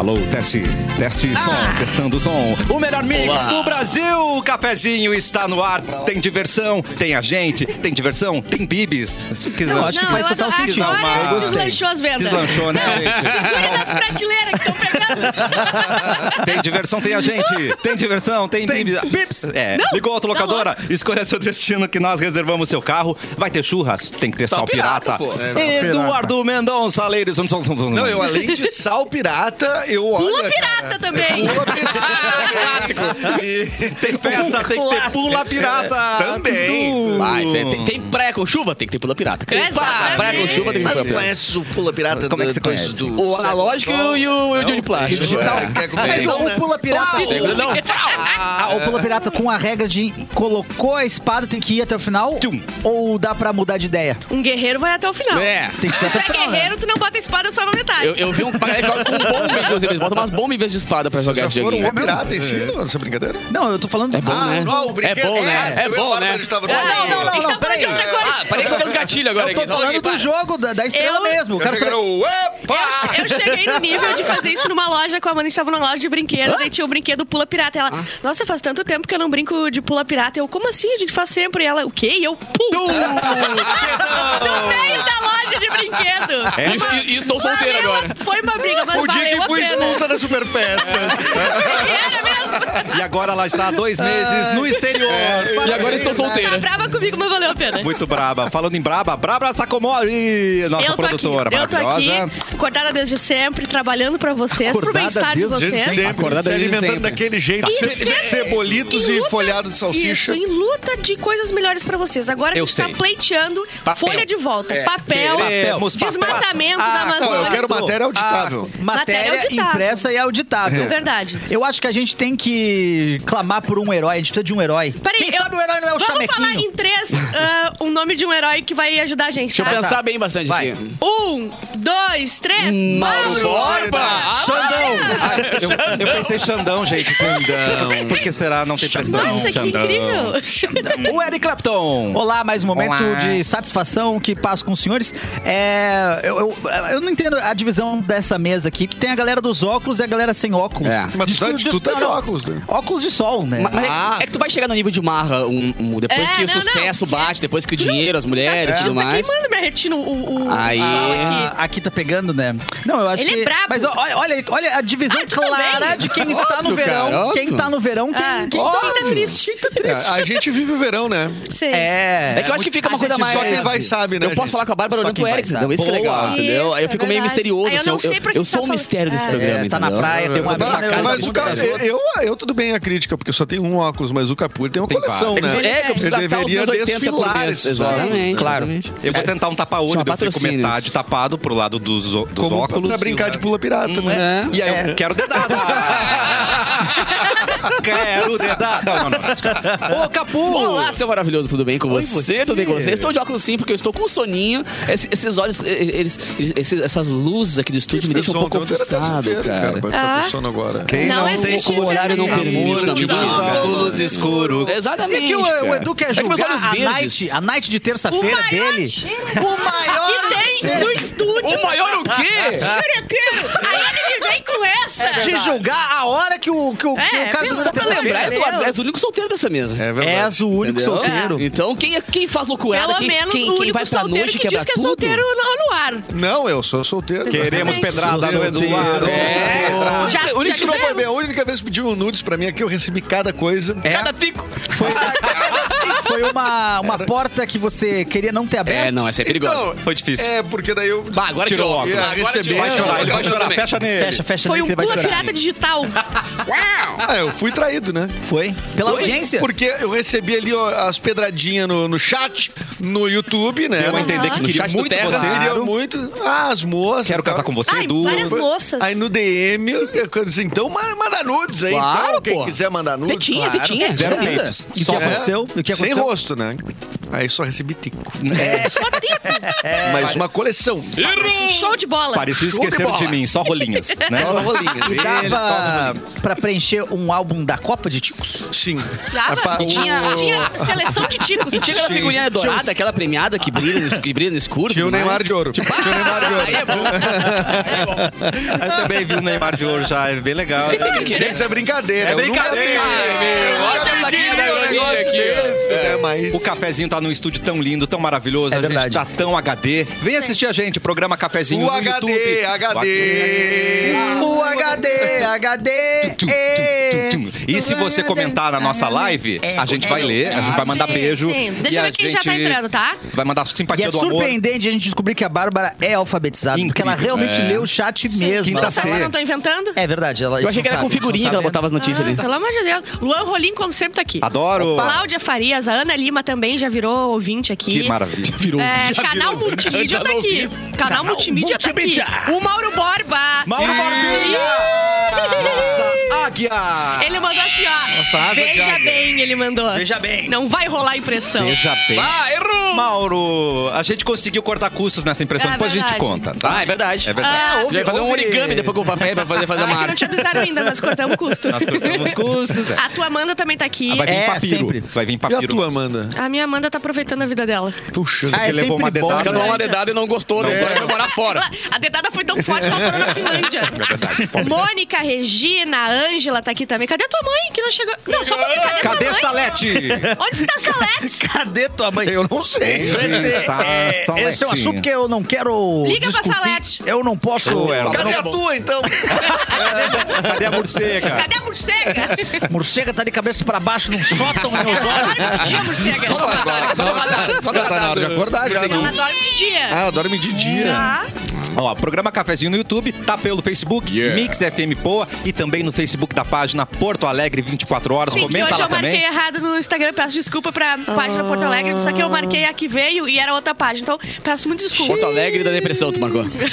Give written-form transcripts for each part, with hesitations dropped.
Alô, teste som, testando o som. O melhor mix do Brasil. O cafezinho está no ar. Tem diversão, tem a gente, tem diversão, tem bibis. Não, acho que faz total sentido. Agora deslanchou as vendas. Deslanchou, né? Segura nas prateleiras que estão pegando. Tem diversão, tem a gente. Tem diversão, tem bibis. Bips. Ligou a autolocadora? Escolha seu destino que nós reservamos seu carro. Vai ter churras? Tem que ter sal pirata. Eduardo Mendonça, ladies and gentlemen. Não, eu além de sal pirata, eu olho. Pula pirata também. Pula pirata. Clássico. E Tem festa, tem que ter pula pirata. também. Tem praia com chuva? Tem que ter pula pirata. Exatamente. Praia com chuva tem que ter Mas pula pirata. conhece o pula pirata? Como é que você depois conhece? O analógico e o de plástico. digital. Mas o Pula Pirata... Não, o Pula Pirata com a regra de colocou a espada, tem que ir até o final? Tchum. Ou dá pra mudar de ideia? Um guerreiro vai até o final. Tem que ser até o Pra final, né? guerreiro, tu não bota a espada só na metade. eu vi um galera que joga com bomba, inclusive. Eles botam umas bombas em vez de espada pra jogar esse Já foram joguinho. um pirata em si, essa brincadeira? Não, eu tô falando... É bom, né? Não, o brinquedo. É bom, né? É bom, né? A gente tá falando de outra coisa. Parei com os gatilhos agora. Eu tô aqui. Só falando aqui, do para. jogo, da estrela mesmo. Eu quero saber... Eu cheguei no nível de fazer isso numa loja com a Amanda, a gente tava numa loja de brinquedo, daí tinha o brinquedo Pula Pirata. Ela, nossa, faz tanto tempo que eu não brinco de Pula Pirata. Eu, como assim? A gente faz sempre. E ela, o quê? E eu, pum! No meio da loja de brinquedo. E estou solteiro Valeu, agora. Foi uma briga, mas O dia valeu que a fui pena. expulsa da Superfesta. Era mesmo. E agora ela está há 2 meses no exterior. E agora estou Tá solteira. brava comigo, mas valeu a pena. Muito braba. Falando em braba, Braba Sacomori, nossa produtora eu tô maravilhosa. aqui, acordada desde sempre, trabalhando pra vocês, pro Acordada bem-estar de desde vocês. Sempre Acordada se desde alimentando sempre. daquele jeito, E sempre cebolitos em e luta- folhado de salsicha. Isso, em luta de coisas melhores pra vocês. Agora a Eu gente tá sei. pleiteando Papel. folha de volta, papel, Queremos papel. desmatamento da Não, eu Amazônia. quero matéria auditável. Matéria Matéria auditável. impressa e auditável. Verdade. Eu acho que a gente tem que clamar por um herói. A gente precisa de um herói. Peraí, Quem sabe o herói não é o Vamos Chamequinho? falar em 3 um nome de um herói que vai ajudar a gente, Deixa eu tá? pensar bem bastante Vai. aqui. 1, 2, 3, Mauro Borba! Xandão. Eu pensei Xandão, gente. Xandão. Por que será? Não tem pressão. Nossa, que Xandão. incrível. O Eric Clapton. Olá, mais um momento Olá. de satisfação que passo com os senhores. Eu não entendo a divisão dessa mesa aqui, que tem a galera dos óculos e a galera sem óculos. É. Mas tu tá de não, óculos, né? Óculos de sol, né? Mas Ah. é que tu vai chegar no nível de marra depois que o não, sucesso não. bate, depois que o dinheiro, as mulheres e tudo Tá mais. queimando minha retina o Aí- sol aqui. Aqui tá pegando, né? Não, eu acho Ele que... é brabo. Mas olha a divisão tu clara também? de quem está no Óbvio, verão. cara, Quem óbvio. tá no verão, quem tá triste. A gente vive o verão, né? Sei. É que eu acho que fica uma coisa mais... Só quem vai sabe, né? Eu posso falar com a Bárbara Só olhando quem pro vai Eric, sabe. entendeu? Isso que é legal, Boa. entendeu? Aí eu Isso, fico é meio verdade. misterioso, Aí eu assim. não sei pra que Eu tu sou tá o mistério desse programa, Tá na entendeu? praia, tem uma Tá, mina mas casada o com cara, das outras. eu tudo bem a crítica, porque só tem um óculos, mas o Capur tem uma Tem coleção, vários. né? É, que eu preciso Ele gastar os deveria meus 80 por desfilar mês. esses Exatamente. Claro. exatamente. Eu vou tentar um tapa-olho, São daí eu fico patrocínios. metade tapado pro lado dos Como óculos. pra brincar de pula pirata, né? E aí eu quero dedada. Quero dedada. Não. Desculpa. Ô, Capu. Olá, seu maravilhoso, tudo bem com Oi, você? Tudo bem com você? Estou de óculos sim, porque eu estou com soninho. Esses olhos, essas luzes aqui do estúdio me deixam um pouco ofuscado, cara. Pode estar com sono agora. Quem Não não, é tem sexta, O horário não Amor permite, não me os diga. óculos escuros. Exatamente. É que o cara. Edu quer É que meus julgar olhos verdes. a night de terça-feira dele. O maior... Que tem no estúdio. O maior o quê? Aí ele me vem com essa. Te julgar a hora que o cara... Só pra lembrar, Eduardo, és o único solteiro dessa mesa. É verdade. És o único Entendeu? solteiro. Então, quem faz loucurada, Pelo menos quem o vai único pra solteiro noite que quebra diz que é tudo? solteiro no ar. Não, eu sou solteiro. Queremos Exatamente. pedrada no Eduardo. É. Já O único que não foi bem, a dizemos. única vez que pediu um nudes pra mim é que eu recebi cada coisa. Cada tico. Foi uma porta que você queria não ter aberto. É, não, essa é perigosa. Então, Foi difícil. É, porque daí eu... Bah, agora tirou o óculos. Ia Agora receber. tirou. Vai chorar, ele vai chorar. também. Fecha nele. Fecha Foi nele um que ele vai pula chorar. pirata digital. Eu fui traído, né? Foi? Pela audiência? Porque eu recebi ali ó, as pedradinhas no chat, no YouTube, né? Eu vou entender que No queria chat do muito Terra. você. Queria muito. As moças. Quero casar tal. com você, Ai, Edu. várias moças. Aí no DM, eu disse, então manda nudes aí. Claro, então, quem pô. quiser mandar nudes. Tetinha, claro. tetinha. Zero ainda. peitos. E o que aconteceu? E o que Sem aconteceu? rosto, né? Aí só recebi tico. Só tem Mas uma coleção. show de bola. Parecia Show de esqueceram bola. de mim, só rolinhas, né? rolinho. E dava pra preencher um álbum da Copa de Ticos? Sim. Dava. E tinha seleção de ticos. E tinha aquela figurinha dourada, aquela premiada que brilha no escuro. Tinha o Neymar de ouro. Tinha o Neymar de ouro. Aí é bom. Eu também vi o Neymar de ouro já, é bem legal. Gente, isso é brincadeira. É brincadeira. Mas... O cafezinho tá num estúdio tão lindo, tão maravilhoso. É a gente verdade. tá tão HD. Vem assistir a gente, programa Cafezinho O no HD, YouTube. O HD. E se você comentar na nossa live, a gente vai ler, a gente vai mandar beijo. Sim. Deixa eu ver quem já tá entrando, tá? Vai mandar E simpatia é do amor. surpreendente a gente descobrir que a Bárbara é alfabetizada, porque ela Incrível. realmente lê o chat mesmo. Quinta Então, eu não tô inventando? É verdade. Ela, Eu achei que era com figurinha que ela botava as notícias ali. Pelo amor de Deus. Luan Rolim, como sempre, tá aqui. Adoro. Cláudia Farias, a Ana Lima também já virou ouvinte aqui. Que maravilha. Virou. Canal Multimídia tá aqui. Canal Multimídia tá aqui. O Mauro Borba. Mauro Borbinha! Nossa águia! Ele mandou assim, ó. Nossa, asa de Veja águia. bem, ele mandou. Veja bem. Não vai rolar impressão. Veja bem. Errou! Mauro, a gente conseguiu cortar custos nessa impressão, É depois a gente verdade. conta, tá? É verdade. É verdade. Já vai fazer um origami depois com o papel pra fazer a É que marca. não te avisaram ainda, mas cortamos custo. Nós cortamos custos, A tua Amanda também tá aqui. Vai vir É, papiro. sempre. Vai vir E a papiro. tua, Amanda? A minha Amanda tá aproveitando a vida dela. Puxa. Ah, é Ele levou uma sempre bom, dedada. Ela deu uma dedada e não gostou, não vai morar fora. A dedada foi tão forte que ela parou na Finlândia. Mônica, Regina, Ângela tá aqui também. Cadê tua mãe que não chegou? Não, só um pouquinho. Cadê Cadê tua mãe? Salete? Onde está Salete? Cadê tua mãe? Eu não sei. Onde está Salete? Esse é um assunto que eu não quero Liga pra discutir. Salete. Eu não posso... Cadê a tua, então? Cadê a morcega? Cadê a morcega? Morcega tá de cabeça pra baixo num sótão em Osório. Adoro medir a morcega. Só no radar, só no radar. Só no Já tá na hora de radar. acordar já, não? Adoro medir. Ah, eu adoro medir dia. Tá? Ó, programa Cafezinho no YouTube, tá pelo Facebook, Mix FM Poa e também no Facebook da página Porto Alegre 24 horas. Sim, que Comenta hoje lá eu marquei também. errado no Instagram, peço desculpa pra página Porto Alegre, só que eu marquei a que veio e era outra página, então peço muito desculpa. Porto Alegre da depressão, tu marcou. Pode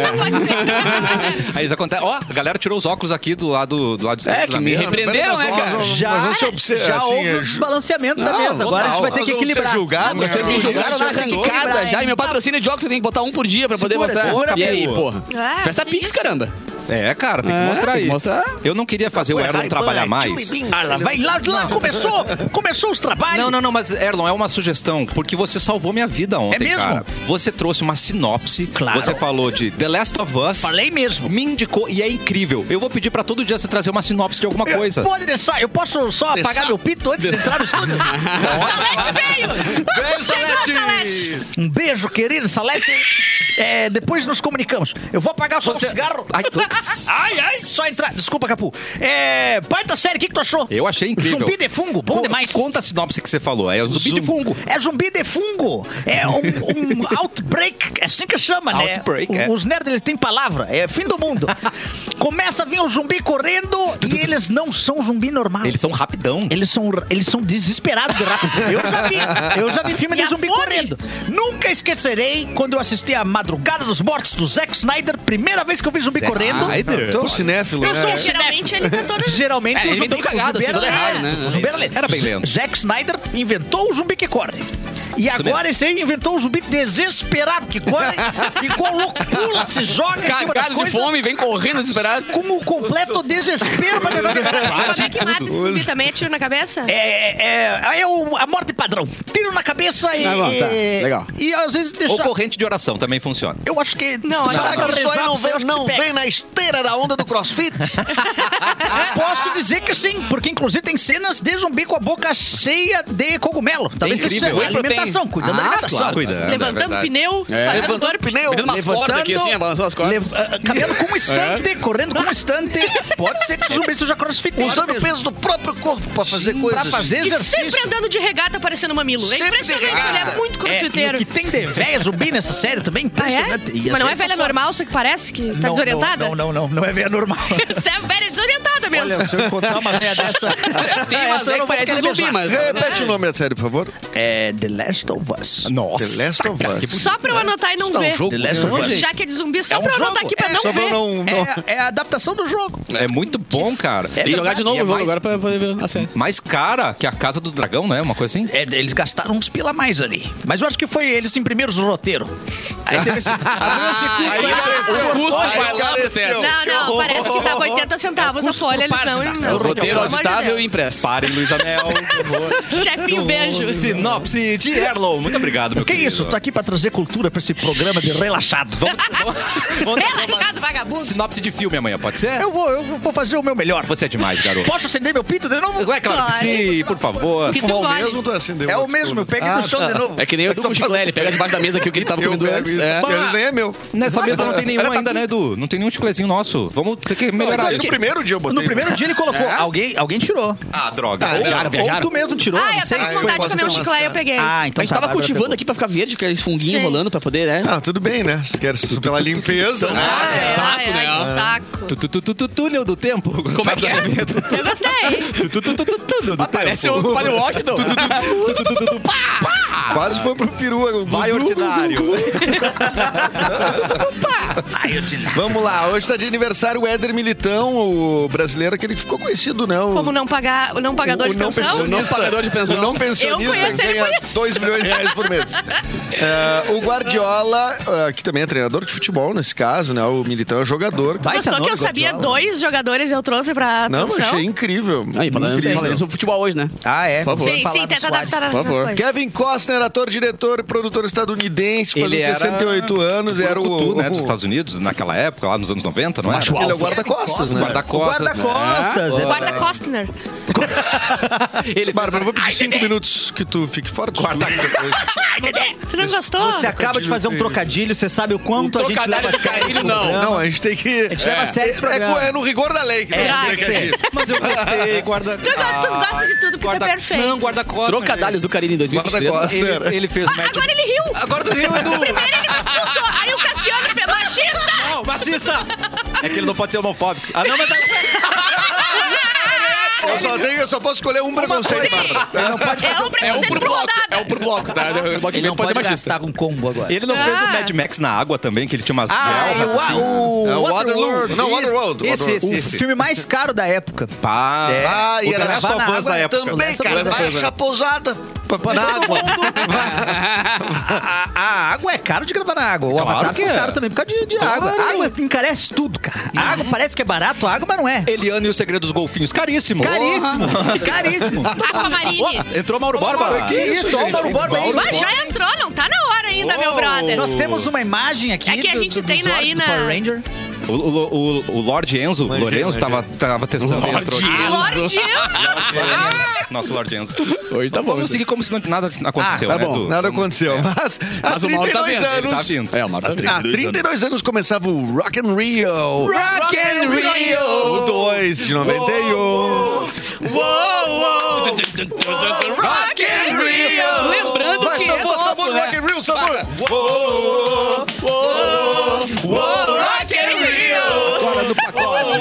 ser. Aí isso acontece. Ó, a galera tirou os óculos aqui do lado esquerdo Que da me mesa. repreenderam, né, cara? Mas Já houve um desbalanceamento da mesa. Agora a gente vai ter que equilibrar. Vocês me julgaram na arrancada já. E meu patrocínio de óculos você tem que botar um por dia pra poder mostrar. segura, E aí, pô. porra? Ah, Festa que Pix, isso? caramba. É, cara, tem que mostrar tem aí. que mostrar. Eu não queria fazer o Erlon trabalhar mais. Vai lá, começou os trabalhos. Não, mas Erlon, é uma sugestão, porque você salvou minha vida ontem, É mesmo? cara. Você trouxe uma sinopse, Claro. você falou de The Last of Us, Falei mesmo. me indicou, e é incrível. Eu vou pedir pra todo dia você trazer uma sinopse de alguma coisa. Pode deixar, eu posso só apagar meu pito antes de entrar no estúdio? Salete veio! Beijo, Chegou, Salete! Um beijo, querido Salete. Depois nos comunicamos. Eu vou apagar só o cigarro. Ai. Só entrar. Desculpa, Capu. Quarta série, o que tu achou? Eu achei incrível. Zumbi de fungo, bom demais. Conta a sinopse que você falou. É o zumbi de fungo. É zumbi de fungo. É um outbreak, é assim que chama, né? Outbreak, é. Os nerds, eles têm palavra. É fim do mundo. Começa a vir o zumbi correndo e eles não são zumbi normal. Eles são rapidão. Eles são desesperados de rápido. Eu já vi filme E de a zumbi fome? correndo. Nunca esquecerei quando eu assisti a Madrugada dos Mortos do Zack Snyder. Primeira vez que eu vi zumbi correndo. Tão cinéfilo, Eu sou um né? Geralmente ele tá todo... Geralmente ele vem todo cagado, assim, todo errado, né? O zumbi era lento. Era bem lento. Zack Snyder inventou o zumbi que corre. E agora esse aí inventou o zumbi desesperado que corre, igual louco, pula, se joga em cima das Cagado de coisas. fome, vem correndo desesperado. Com o completo desespero pra tentar Como é que mata esse zumbi também? É tiro na cabeça? a morte padrão. Tiro na cabeça e... Ah, bom, tá. Legal. E às vezes deixa... Ou corrente de oração também funciona. Eu acho que... Não, se acho precisar Será que isso aí rezar, não você acha vem, que não pega. vem na esteira da onda do CrossFit? Posso dizer que sim, porque inclusive tem cenas de zumbi com a boca cheia de cogumelo. Talvez incrível. seja Whey alimentação, cuidando da alimentação. claro. Cuidando, Levantando pneu, fazendo Levantando dor. pneu. Metendo umas cordas aqui assim, balançando as cordas. Caminhando com um estante, correndo com um estante. Pode ser que o zumbi seja crossfit. Usando o peso do próprio corpo pra fazer coisas. Pra fazer E exercício. sempre andando de regata parecendo mamilo. É Sempre de impressionante, ele é regata. muito E crossfiteiro. o que tem de velha zumbi nessa série também, Ah, é? impressionante. E Mas não é essa- velha normal, só que parece que tá desorientada? Não é velha normal. Você é velha desorientada mesmo. Olha, se eu encontrar uma velha dessa... Tem umas essa eu aí não que vou parece querer zumbi, beijar. mas... Repete o nome da série, por favor. The Last of Us. Nossa. The Last of Us. Só pra eu anotar e não ver. jogo. The Last of Us. Já que é de zumbi, só É um pra eu anotar jogo. aqui pra não Só pra ver. eu não... É a adaptação do jogo. É muito bom, cara. É E jogar de novo o jogo mais- agora pra poder ver a série. Mais cara que a Casa do Dragão, né? Uma coisa assim. Eles gastaram uns pila a mais ali. Mas eu acho que foi eles imprimiram os roteiros. Aí teve esse... O custo vai lá pro teto. Não, parece que tava 80 centavos a folha, eles não. O roteiro Pelo amor de auditável Deus. e impresso. Parem, Luísa Mel. Chefinho, beijo. Sinopse de Erlon. Muito obrigado, meu Que querido. isso? Tô aqui pra trazer cultura pra esse programa de relaxado. Vamos Relaxado, vagabundo. Sinopse de filme amanhã, pode ser? Eu vou fazer o meu melhor. Você é demais, garoto. Posso acender meu pinto de novo? É claro que sim, por favor. Que tu Fumar o pode. mesmo, tu acendeu. É o mesmo, eu peguei do chão de novo. É que nem eu com o chiclete, ele pega debaixo da mesa aqui o que ele tava Eu comendo pego antes. isso. É. Porque às vezes nem é meu. Nessa mesa não tem nenhum ainda, né, Edu? Não tem nenhum chiclezinho nosso. Vamos ter que melhorar Mas isso. no primeiro dia eu botei. No primeiro dia ele colocou. É? Alguém tirou. Ah, droga. Viajaram. Ou tu mesmo tirou, Ah, não eu sei. tava Ah, com vontade de pode comer um ser chiclete e eu mascado. peguei. Ah, então A gente tava agora cultivando pegou. aqui pra ficar verde, aqueles funguinhos Sim. rolando pra poder, né? Ah, tudo bem, né? Se quer pela limpeza, né? Saco, né? Saco. Túnel do tempo. Como é que é? Eu gostei. Túnel do Parece tempo. o Padre Washington. Quase foi pro peru. Vai, ordinário. Vamos lá, hoje tá de aniversário o Éder Militão, o brasileiro, aquele que ficou conhecido, né? Como não pagador de não pensão? pensionista. Não pagador de pensão. O não Eu pensionista conheço ele ganha por isso. 2 milhões de reais por mês. O Guardiola, que também é treinador de futebol nesse caso, né? O Militão é jogador. Vai, Gostou nome que eu sabia Guardiola. 2 jogadores eu trouxe pra Não, eu pensão? achei incrível. Aí, Incrível. falando sobre futebol hoje, né? Ah, é. Por favor. Sim, Falar sim, do tenta Suárez. adaptar Por as favor. coisas. Kevin Costner, ator, diretor e produtor estadunidense, Ele fazendo era 68 anos, era Brucutu, o... né, dos Estados Unidos, naquela época, lá nos anos 90, não é? Macho Ele é o alfa. guarda-costas, né? Guarda-costas. Guarda-costas. né? Guarda Costner. Ele Bárbara, eu vou pedir 5 minutos que tu fique fora do estúdio depois. Tu não gostou? Você acaba de fazer um trocadilho, você sabe o quanto a gente trocadilho leva a sério caído, esse não. programa. Não, a gente tem que... A gente leva a sério esse programa. É no rigor da lei que nós temos que agir. Mas eu gostei, guarda... Tu gosta de tudo, porque tu é perfeito. Não, guarda-costas. Trocadalhos do Carilho em 2023. Guarda-costas. Ele fez match... Agora ele riu. Agora tu riu, Edu. Primeiro ele me expulsou. Aí o Cassiano fez machista. Não, machista. É que ele não pode ser homofóbico. Ah, não, mas... Eu só posso escolher um preconceito, Bárbara. É um É um preconceito por por bloco. rodada. É um por bloco, tá? O bloco Ele não pode pode ser machista. gastar com combo agora. Ele não fez o Ah. Mad Max na água também, que ele tinha umas Ah, guerras, assim. É o Waterworld. Não, isso. Waterworld. O filme mais caro da época. Pá. Ah, e o era The Last gravar of na Us da água época. Também, cara, Last of Us, vai achar pousada na água. A água é caro de gravar na água. O Claro Avatar que ficou é. caro também por causa de água. A água encarece tudo, cara. A água parece que é barato, a água, mas não é. Eliana e o Segredo dos Golfinhos. Caríssimo. Caríssimo. Caríssimo. Aquamarine. Entrou Mauro Borba. Que isso? Olha o Mauro Borba aí. Mas já entrou, não tá na hora ainda, meu brother. Nós temos uma imagem aqui É que a gente dos tem olhos aí do na- Power Ranger. O Lord Enzo, Lorenzo, tava testando. ele entrou aqui. Lorde Nosso Lord Enzo. Hoje tá bom. Vamos seguir como se nada aconteceu, tá né, bom. Edu? Nada aconteceu. Mas há Mas o Mauro tá 32 vendo, ele Ele tá anos... vindo. É, o Mauro tá vindo. Há 32 anos começava o Rock in Rio. Rock and Rio. O 2 de 91. Rock and Rio. Lembrando Vai, que sabor, é nosso, sabor, né? Rock in Rio, sabor. Rock and Rio. Fora do pacote.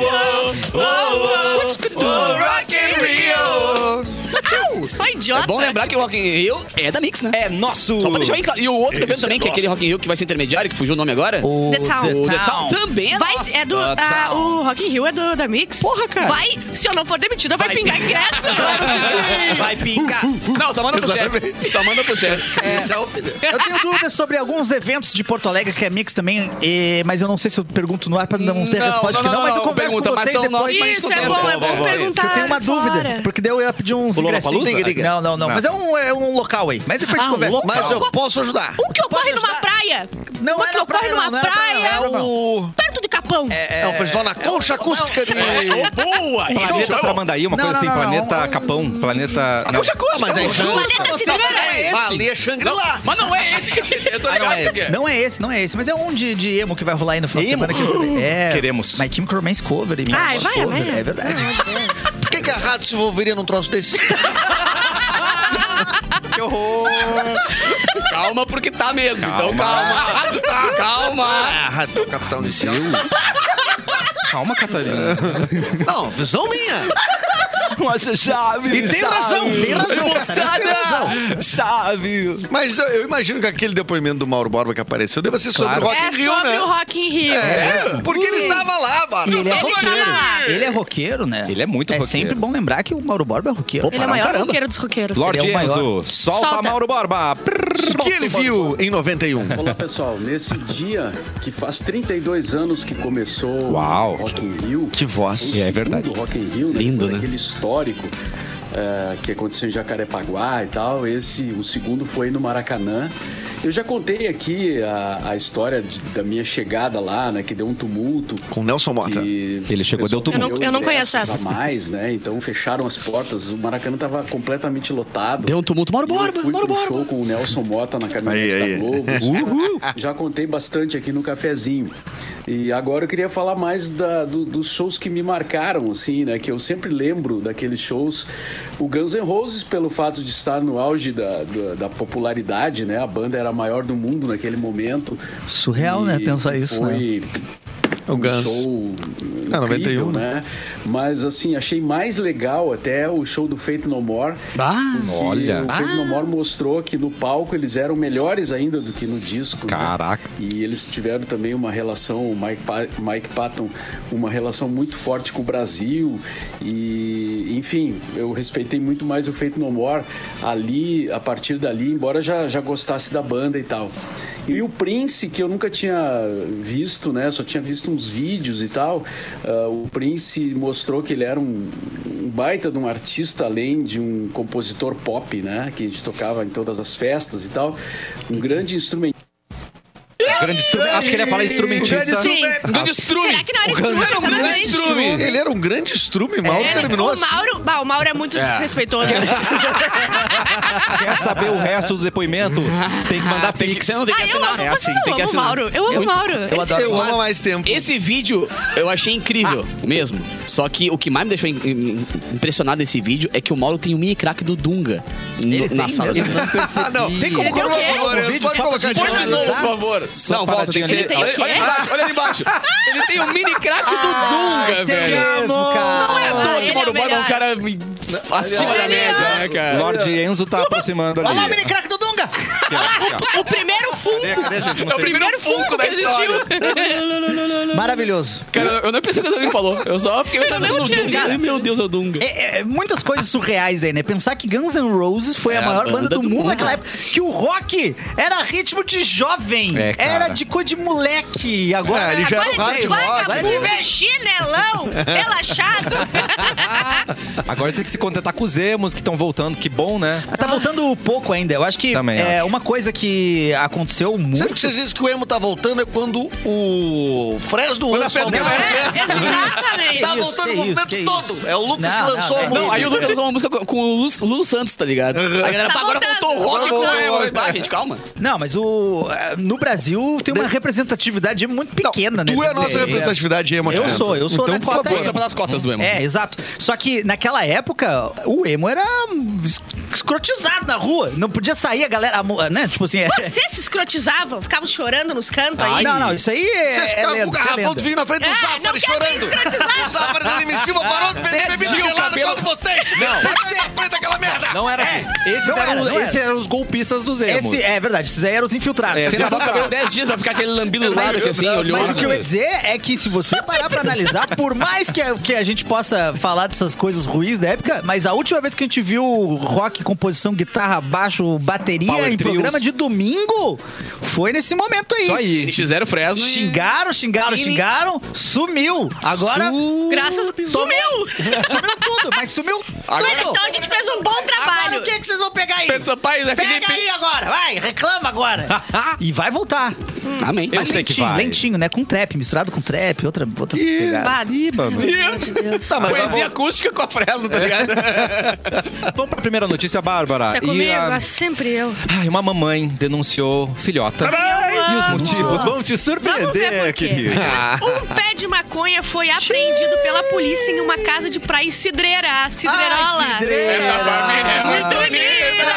Rock and Rio. Só É idiota. bom lembrar que o Rock in Rio é da Mix, né? É nosso. Só pra deixar bem claro. E o outro evento também, que é aquele Rock in Rio que vai ser intermediário, que fugiu o nome agora. O The Town. O The Town também é Vai, nosso. é do. O Rock in Rio é da Mix. Porra, cara. Vai, se eu não for demitida, vai pingar ingresso. Vai pingar. Não, só manda pro chefe. Exatamente. Só manda pro chefe. Selfie, né? Eu tenho dúvidas sobre alguns eventos de Porto Alegre, que é mix também, mas eu não sei se eu pergunto no ar pra não ter Não, resposta. não, que não, mas eu não, converso pergunta, com mas vocês são depois. nossos. Isso, é bom perguntar. Eu tenho uma dúvida, fora. porque daí eu ia pedir uns O Lollapalooza? ingressinhos. Não. Mas é um local aí. Mas depois a gente conversa. Mas eu posso ajudar. Um que ocorre numa ajudar? praia. Não Um é que na ocorre praia, numa não é na praia, praia. não. É o... Perto de Capão. É o festival na concha acústica de... Boa! Planeta Tramandaí, uma Não, coisa assim. não, não, Planeta não. Capão. Planeta. Concha acústica. Mas é Planeta Você Cidreira. é esse. Ah, ali é Shangri-La. Mas não é esse que eu tô ligado. por quê? Não é esse. Mas é um de emo que vai rolar aí no final de Emo? semana. Quer saber? É. Queremos. My Chemical Romance cover. E Ai, Muse vai, cover. vai. É verdade. Por que a rádio se envolveria num troço desse? Que horror. Calma, porque tá mesmo. Então calma. Calma. A rádio é o capital inicial. Calma, Catarina. Não, visão minha. Nossa, chave. E tem razão. Chave. Mas eu imagino que aquele depoimento do Mauro Borba que apareceu deva ser sobre o Rock in Rio, sobre né? o Rock in Rio. Porque ele estava lá, mano. E ele é Ele roqueiro. estava lá. Ele é roqueiro, né? Ele é muito roqueiro. É sempre bom lembrar que o Mauro Borba é roqueiro. Ele é o maior roqueiro dos roqueiros. Lorde Ele é o maior. Enzo, solta Mauro Borba. O que ele viu em 91? Olá, pessoal. Nesse dia que faz 32 anos que começou Uau. o Rock in Rio. Que voz. É verdade. O Rock in Rio, né? Lindo, né? Aquele histórico que aconteceu em Jacarepaguá e tal. O segundo foi no Maracanã. Eu já contei aqui a história da minha chegada lá, né? Que deu um tumulto. Com Nelson Mota. Ele chegou, deu tumulto. Eu não conheço essa. Mais, né? Então fecharam as portas. O Maracanã estava completamente lotado. Deu um tumulto. Mauro Eu Borba, fui Mauro pro Borba. show com o Nelson Mota na caminhonete Aí. da Globo. Já contei bastante aqui no cafezinho. E agora eu queria falar mais dos shows que me marcaram, assim, né? Que eu sempre lembro daqueles shows. O Guns N' Roses, pelo fato de estar no auge da popularidade, né? A banda era a maior do mundo naquele momento. Surreal, né? Pensar isso, né? O Guns. Show 91, incrível, né? Mas, assim, achei mais legal até o show do Faith No More. Olha. O Faith No More mostrou que no palco eles eram melhores ainda do que no disco. Caraca. Né? E eles tiveram também uma relação, o Mike Patton, uma relação muito forte com o Brasil. E, enfim, eu respeitei muito mais o Faith No More ali, a partir dali, embora já gostasse da banda e tal. E o Prince, que eu nunca tinha visto, né? Só tinha visto uns vídeos e tal. O Prince mostrou que ele era um baita de um artista, além de um compositor pop, né? Que a gente tocava em todas as festas e tal. Um grande instrumento. Acho que ele ia falar instrumentista. Sim. Grande estrume. Será que não era estrume? Ele era um grande estrume, mal terminou assim. O Mauro é muito desrespeitoso. Quer saber o resto do depoimento? Tem que mandar pix. Você não tem que assinar. É assim. Tem que Eu amo o assinar. Mauro. Eu amo o Mauro. Eu amo há mais tempo. Esse vídeo eu achei incrível mesmo. Só que o que mais me deixou impressionado nesse vídeo é que o Mauro tem o mini crack do Dunga na sala. mesmo? Não, tem como Ele tem o quê? Lourenço, pode colocar de Põe de novo. novo, por favor. Não, volta, tem que ser. Tem o quê? Olha ali embaixo. Ele tem o mini crack do Dunga, velho. Não é à toa que ele o Mauro é o Borba é um melhor. cara acima da média, né, cara? Lorde Enzo tá aproximando ali. Olha lá o mini crack do Dunga! O primeiro Funko. Cadê, gente? Não É o sei. primeiro Funko da que existiu. história. Maravilhoso. Cara, eu não pensei que alguém falou. Eu só fiquei Eu não tinha visto. Ai, meu Deus, é o Dunga. Muitas coisas surreais aí, né? Pensar que Guns N' Roses foi a maior banda do mundo naquela época. Que o rock era ritmo de jovem. É, cara. Era de coisa de moleque. E agora... Ele já era o hard rock. Vagabundo, chinelão, relaxado. Agora tem que se contentar com os emos que estão voltando. Que bom, né? Tá voltando pouco ainda. Eu acho que Também acho. uma coisa que aconteceu muito... Sempre que vocês dizem que o emo tá voltando é quando o Fresno lança o movimento. Exatamente. Tá Que isso, voltando que o movimento isso, todo. É o Lucas Não, que lançou não, a não. Não, música. aí o Lucas lançou uma música com o Lulu Santos, tá ligado? A galera, Tá agora voltando. voltou o rock com Agora o voltou. emo. Ah, gente, calma. Não, mas no Brasil tem uma representatividade muito pequena, né? Tu é a nossa representatividade emo aqui. Eu sou Então, da por cota favor. emo. Conta pelas cotas do emo. É, exato. Só que naquela época, o emo era escrotizado na rua. Não podia sair a galera, né? Tipo assim... Vocês se escrotizavam, ficavam chorando nos cantos aí. Não, isso aí Vocês é ficavam com lenda, o isso é garrafão lenda. de vinho na frente do não Zafari quer ser chorando. escrotizado. O Zafari da Lima Silva parou de vender bebida Tinha o gelada por cabelo- causa de vocês. Vocês saem da frente daquela merda. Não era assim. Esses não eram, era, não esses era. eram os golpistas dos emos. É verdade, esses aí eram os infiltrados. Você lavava o cabelo 10 dias pra ficar aquele lambido do lado, assim, Mas olhoso. o que eu ia dizer é que se você parar pra analisar, por mais que a gente possa falar dessas coisas ruins da época, mas a última vez que a gente viu rock, composição, guitarra, baixo, bateria Power em trios. programa de domingo, foi nesse momento aí. Isso aí. Eles fizeram Fresno e... Xingaram, sumiu. Agora Graças a... Sumiu. sumiu tudo, mas sumiu Agora- tudo. Então a gente fez um bom Agora trabalho. o que vocês vão pegar aí? Pedro Sampaio, né? Pega aí agora, vai, reclama agora. E vai voltar. Amém. Eu Mas sei que lentinho, vai. lentinho, né? Com trap, misturado com trap, outra pegada. Ih, mano. Meu Deus. Tá, mas Poesia acústica com a Fresno, tá ligado? Vamos pra primeira notícia, Bárbara. É comigo, E é sempre eu. uma mamãe denunciou filhota. E os motivos vão te Vamos ver surpreender, por quê. querido. Um pé de maconha foi apreendido pela polícia em uma casa de praia em Cidreira, a Cidreirola. Essa família é muito unida.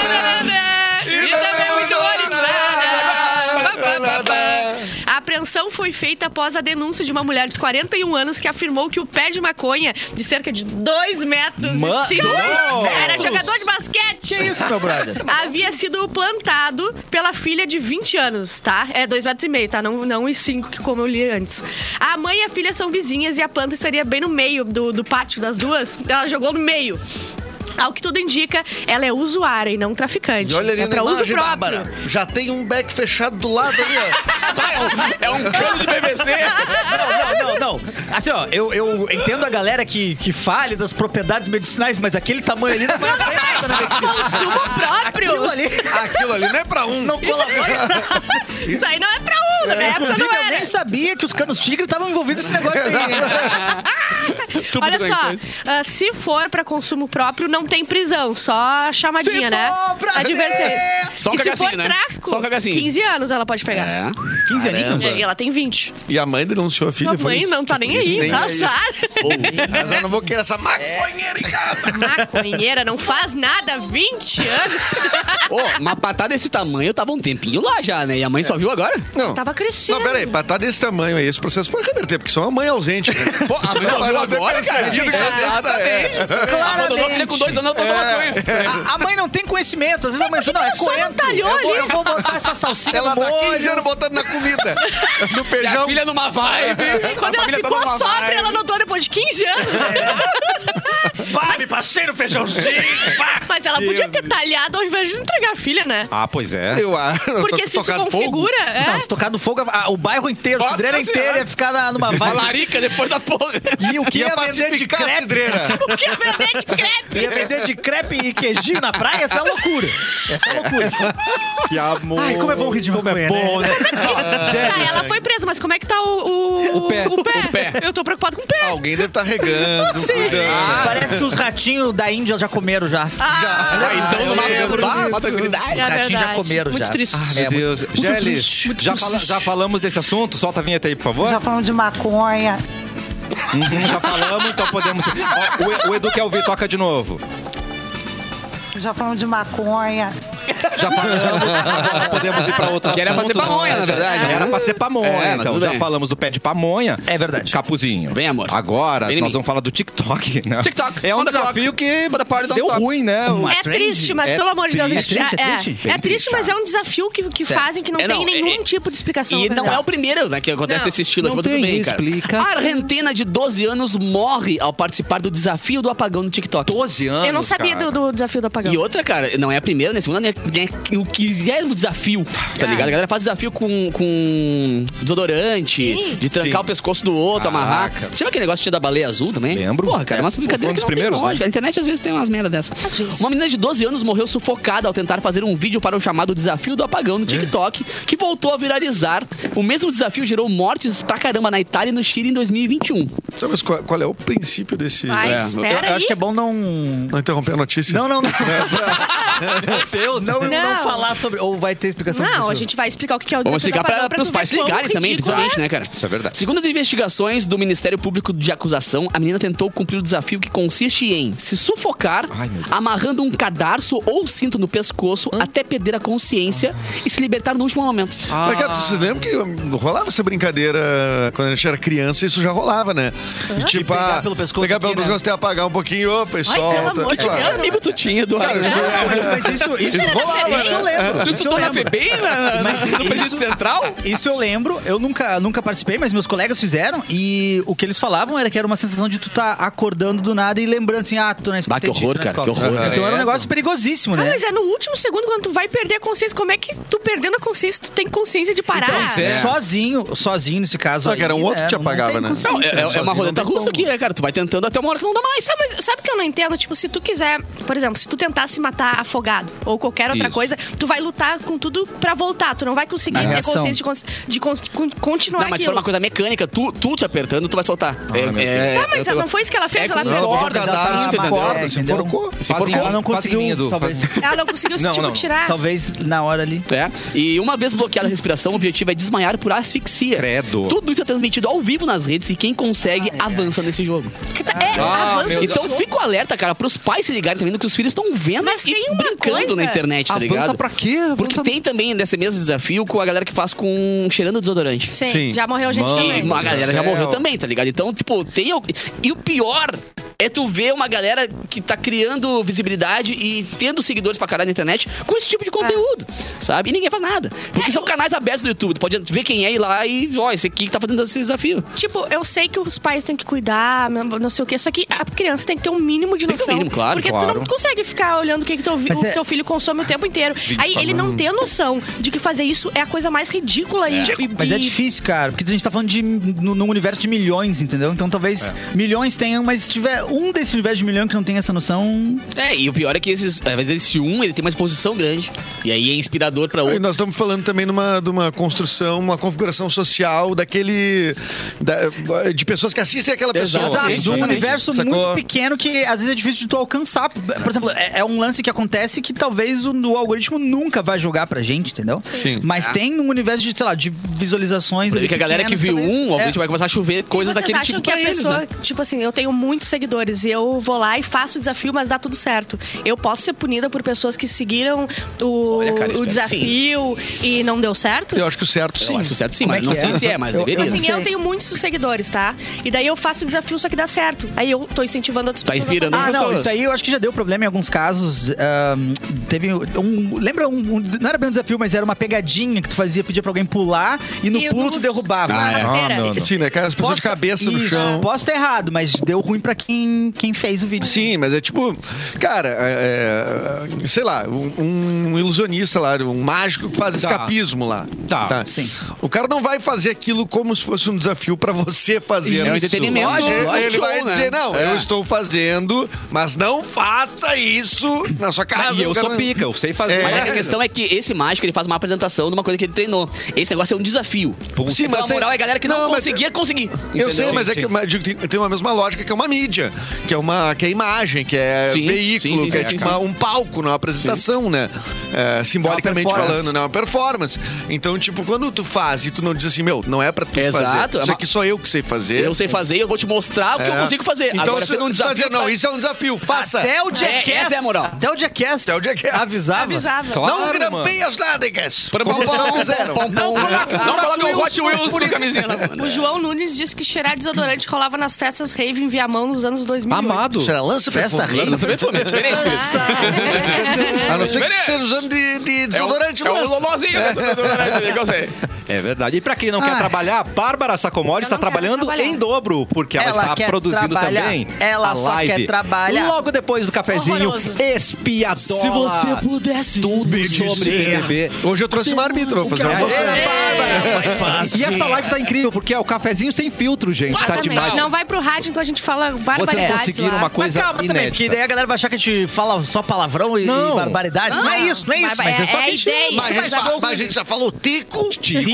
E também muito organizada. A apreensão foi feita após a denúncia de uma mulher de 41 anos que afirmou que o pé de maconha, de cerca de 2 metros de cima, era jogador de basquete. Que isso, meu brother? Havia sido plantado pela filha de 20 anos, tá? É 2,5 metros, tá? Não os 5, que como eu li antes. A mãe e a filha são vizinhas e a planta estaria bem no meio do pátio das duas. Ela jogou no meio. Ao que tudo indica, ela é usuária e não traficante. E olha ali é pra na uso imagem, próprio. Bárbara. Já tem um beck fechado do lado ali, ó. É um cano de PVC. Não. Assim, ó, eu entendo a galera que fale das propriedades medicinais, mas aquele tamanho ali não vai nada na medicina. Consumo próprio. Aquilo ali não é pra um. Não colabora. Isso aí não é pra um, né? Inclusive, Não eu era. nem sabia que os canos tigre estavam envolvidos nesse negócio aí. Olha só, se for pra consumo próprio, não tem prisão, só chamadinha, né? Advertência. Só um E se cagacinho, for né? tráfico, Só um cagacinho. 15 anos ela pode pegar. É. 15 aninhos. E ela tem 20. E a mãe denunciou a filha. A mãe não tá nem aí, Nem aí. azar. Mas eu não vou querer essa maconheira em casa. Maconheira, não faz nada, 20 anos. Ô, uma patada desse tamanho tava um tempinho lá já, né? E a mãe só viu agora? Não. Tava crescendo. Não, peraí, patada desse tamanho aí, esse processo pode reverter, porque só uma mãe ausente, né? Pô, a mãe só viu agora, cara. Abandonou a filha com 2 anos, ela tomou maconha. A mãe não tem conhecimento. Às vezes a mãe ajuda, não, é coentro. talhou ali. Eu vou botar essa salsinha Ela no tá molho. 15 anos botando na comida. No E a feijão. filha numa vibe. Quando a ela família ficou toda numa sóbria, vibe. ela notou depois de 15 anos. Vai, me passei no feijãozinho. Mas ela podia ter talhado ao invés de entregar a filha, né? Ah, pois é. Eu acho. Porque se isso configura, Não, se tocar do fogo, o bairro inteiro, Nossa a cidreira inteira Senhora. ia ficar numa Uma vibe. larica depois da porra. E o que Ia ia vender de pacificar a crepe? cidreira. O que é vender de crepe? Ia vender de crepe e queijinho na praia? Essa é loucura. Essa é loucura. Que amor. Ai, como é bom rir de maconha, bom, né? Ah, ela foi presa, mas como é que tá o pé. O pé. O pé. Eu tô preocupado com o pé. Alguém deve estar regando, Sim. cuidando. Parece que os ratinhos da Índia já comeram já. Então, numa lembro disso. uma tranquilidade. Os ratinhos já verdade. comeram Muito já. triste. Meu Deus. Gelli, triste, muito triste. já falamos desse assunto? Solta a vinheta aí, por favor. Já falamos de maconha. Já falamos, então podemos... Ó, o Edu quer ouvir, toca de novo. Já falamos de maconha. Já falamos, agora podemos ir pra outro Que era pra assunto. ser pamonha, não é? na verdade. Era pra ser pamonha, É, mas então. tudo Já bem. falamos do pé de pamonha. É verdade. Capuzinho. Bem, amor. Agora, Bem em nós mim. vamos falar do TikTok, né? TikTok. É um On the desafio clock. que For the party, don't deu stop. ruim, né? Uma É trend? triste, mas É pelo amor de Deus. triste, é triste? Bem É triste, mas é um desafio que Certo. fazem que não É, tem não, nenhum tipo de explicação. E na não é verdade. o primeiro, né, que acontece Não. desse estilo. Não Mas tudo tem bem, cara. explicação. A argentina de 12 anos morre ao participar do desafio do apagão no TikTok. 12 anos, Eu não sabia cara. do desafio do apagão. E outra, cara, não é a primeira, nem a segunda, nem o 20º desafio, tá ligado? A galera faz desafio com desodorante, Sim. de trancar Sim. o pescoço do outro, amarrar. Caraca. Tinha aquele negócio que tinha da baleia azul também? Lembro. Porra, cara, é umas brincadeiras foi um que dos não tem primeiros, lógica. né? A internet às vezes tem umas merda dessa. Às vezes. Uma menina de 12 anos morreu sufocada ao tentar fazer um vídeo para o chamado desafio do apagão no TikTok, que voltou a viralizar. O mesmo desafio gerou mortes pra caramba na Itália e no Chile em 2021. Sabe mas qual é o princípio desse... Vai, É, espera Eu aí. acho que é bom não... Não interromper a notícia? Não. Meu Deus. Não Não. falar sobre... Ou vai ter explicação? Não, a gente vai explicar o que é o Vamos desafio explicar do apagão para os tu ver pais se quão ligarem também, ridículo principalmente, é. né, cara? Isso é verdade. Segundo as investigações do Ministério Público de Acusação, a menina tentou cumprir o desafio que consiste em se sufocar, Ai, meu Deus. amarrando um cadarço ou cinto no pescoço até perder a consciência e se libertar no último momento. Mas, cara, vocês lembram que rolava essa brincadeira quando a gente era criança? Isso já rolava, né? E, tipo, pegar pelo pescoço pegar pelo aqui, né? pescoço até apagar um pouquinho, opa, e Ai, solta. pelo amor de Claro. Deus. Amigo, tu tinha, Eduardo. Cara, Mas isso rolava, isso eu lembro. Tu Isso eu estudou na lembro. FEBEM, no Presídio Central? Isso eu lembro, eu nunca participei, mas meus colegas fizeram e o que eles falavam era que era uma sensação de tu tá acordando do nada e lembrando assim, tô na escola. Bah, que horror, cara, que horror. Então era um negócio perigosíssimo, Ah, né? mas é no último segundo quando tu vai perder a consciência. Como é que tu perdendo a consciência, tu tem consciência de parar? Sozinho nesse caso. Só que era um outro que te não apagava, tem né? consciência. Não, é Sozinho uma não roleta tem russa como. aqui, né, cara? Tu vai tentando até uma hora que não dá mais. Ah, mas sabe o que eu não entendo? Tipo, se tu quiser, por exemplo, se tu tentar se matar afogado ou qualquer outra Isso. coisa, tu vai lutar com tudo pra voltar. Tu não vai conseguir ter reação. consciência de continuar Não, mas se aquilo. for uma coisa mecânica, tu te apertando, tu vai soltar. Tá, mas não foi isso que ela fez? Ela com pegou. corda, Não, botou um cinto, cadastro, entendeu? corda, se Entendeu? enforcou. Se Faz for em- Ela não faz em conseguiu, mim, Edu, talvez. Ela não conseguiu Não. tirar. Talvez na hora ali. É. E uma vez bloqueada a respiração, o objetivo é desmaiar por asfixia. Credo. Tudo isso é transmitido ao vivo nas redes e quem consegue avança nesse jogo. Avança. meu Então fica o alerta, cara, pros pais se ligarem também no que os filhos estão vendo Mas e tem uma brincando na internet, tá ligado? Avança pra quê? Porque tem também nesse mesmo desafio com a galera que faz com cheirando desodorante. Sim, já morreu gente também. Uma galera já morreu também, tá ligado? Então, tipo, tem... E o pior é tu ver uma galera que tá criando visibilidade e tendo seguidores pra caralho na internet com esse tipo de conteúdo, sabe? E ninguém faz nada. Porque são canais abertos do YouTube. Tu pode ver quem é ir lá e, ó, esse aqui que tá fazendo esse desafio. Tipo, eu sei que os pais têm que cuidar, não sei o quê, só que a criança tem que ter um mínimo de noção. Tem que ter um mínimo, claro. Porque tu não consegue ficar olhando o que teu filho consome o tempo inteiro. Aí ele não tem a noção de que fazer isso é a coisa mais ridícula Mas é difícil, cara, porque a gente tá falando num universo de milhões, entendeu? Então talvez milhões tenham, mas se tiver um desse universo de milhão que não tem essa noção... E o pior é que às vezes esse ele tem uma exposição grande. E aí é inspirador pra outro. E nós estamos falando também de uma construção, uma configuração social de pessoas que assistem aquela pessoa. Exato, de um universo muito pequeno que às vezes é difícil de tu alcançar. Por exemplo, é um lance que acontece que talvez o algoritmo nunca vai jogar pra gente, entendeu? Sim. Mas tem um universo de, sei lá, de visualizações... Porque a galera que viu o algoritmo vai começar a chover coisas daquele tipo que pra eles, pessoa, né? tipo assim, eu tenho muitos seguidores e eu vou lá e faço o desafio, mas dá tudo certo. Eu posso ser punida por pessoas que seguiram o desafio e não deu certo? Eu acho que o certo sim. Eu acho que o certo sim, mas não sei se é, mas deveria. Assim, eu tenho muitos seguidores, tá? E daí eu faço o desafio, só que dá certo. Aí eu tô incentivando outras pessoas. Tá inspirando não, pessoas. isso aí eu acho que já deu problema em alguns casos. Teve lembra não era bem um desafio, mas era uma pegadinha que tu pedia pra alguém pular e no pulo tu derrubava. Sim, né? As pessoas de cabeça no chão. Posso estar errado, mas deu ruim pra quem fez o vídeo. Sim, mas é tipo, cara, sei lá, um ilusionista lá, um mágico que faz escapismo lá. Tá. Sim. O cara não vai fazer aquilo como se fosse um desafio pra você fazer. É um entretenimento. Ele vai dizer, eu estou fazendo, mas não faça isso na sua casa. E eu sou pica, eu sei fazer. Mas a questão é que esse mágico, ele faz uma apresentação de uma coisa que ele treinou. Esse negócio é um desafio. Sim, então mas a moral é a galera que não conseguia conseguir. Eu sei, mas tem uma mesma lógica que é uma mídia, que é imagem, que é veículo, que é tipo um palco, não é uma apresentação, né? Simbolicamente falando, não é uma performance. Então, tipo, quando tu faz e tu não diz assim, não é pra tu fazer. Isso aqui sou eu que sei fazer. Eu sei fazer, eu vou te mostrar o que eu consigo fazer. Então, agora, você não desafio, não, isso é um desafio, faça. Até o Jackass. Essa é a moral. Até o Jackass. Avisava. Claro, não grampeie as nádegas. Como eles já fizeram. Não coloca o Hot Wheels por camisinha. O João Nunes disse que cheirar desodorante rolava nas festas rave em Viamão nos anos 2000. Amado. Será lança festa rave? É diferente, a não ser que esteja usando de desodorante lança. É o lolozinho desodorante, eu sei. É verdade. E pra quem não quer trabalhar, Bárbara Sacomori está trabalhando em dobro, porque ela está produzindo também ela a só live. quer trabalhar. Logo depois do cafezinho, Espiadola. Se você pudesse tudo sobre BBB. Hoje eu trouxe marmita, vou fazer uma Bárbara. E essa live tá incrível, porque é o cafezinho sem filtro, gente. Tá demais. Não vai pro rádio, então a gente fala barbaridades. Vocês conseguiram uma coisa calma inédita. Também, porque daí a galera vai achar que a gente fala só palavrão e barbaridades. Não é isso. Mas é só que a gente... Mas a gente já falou tico,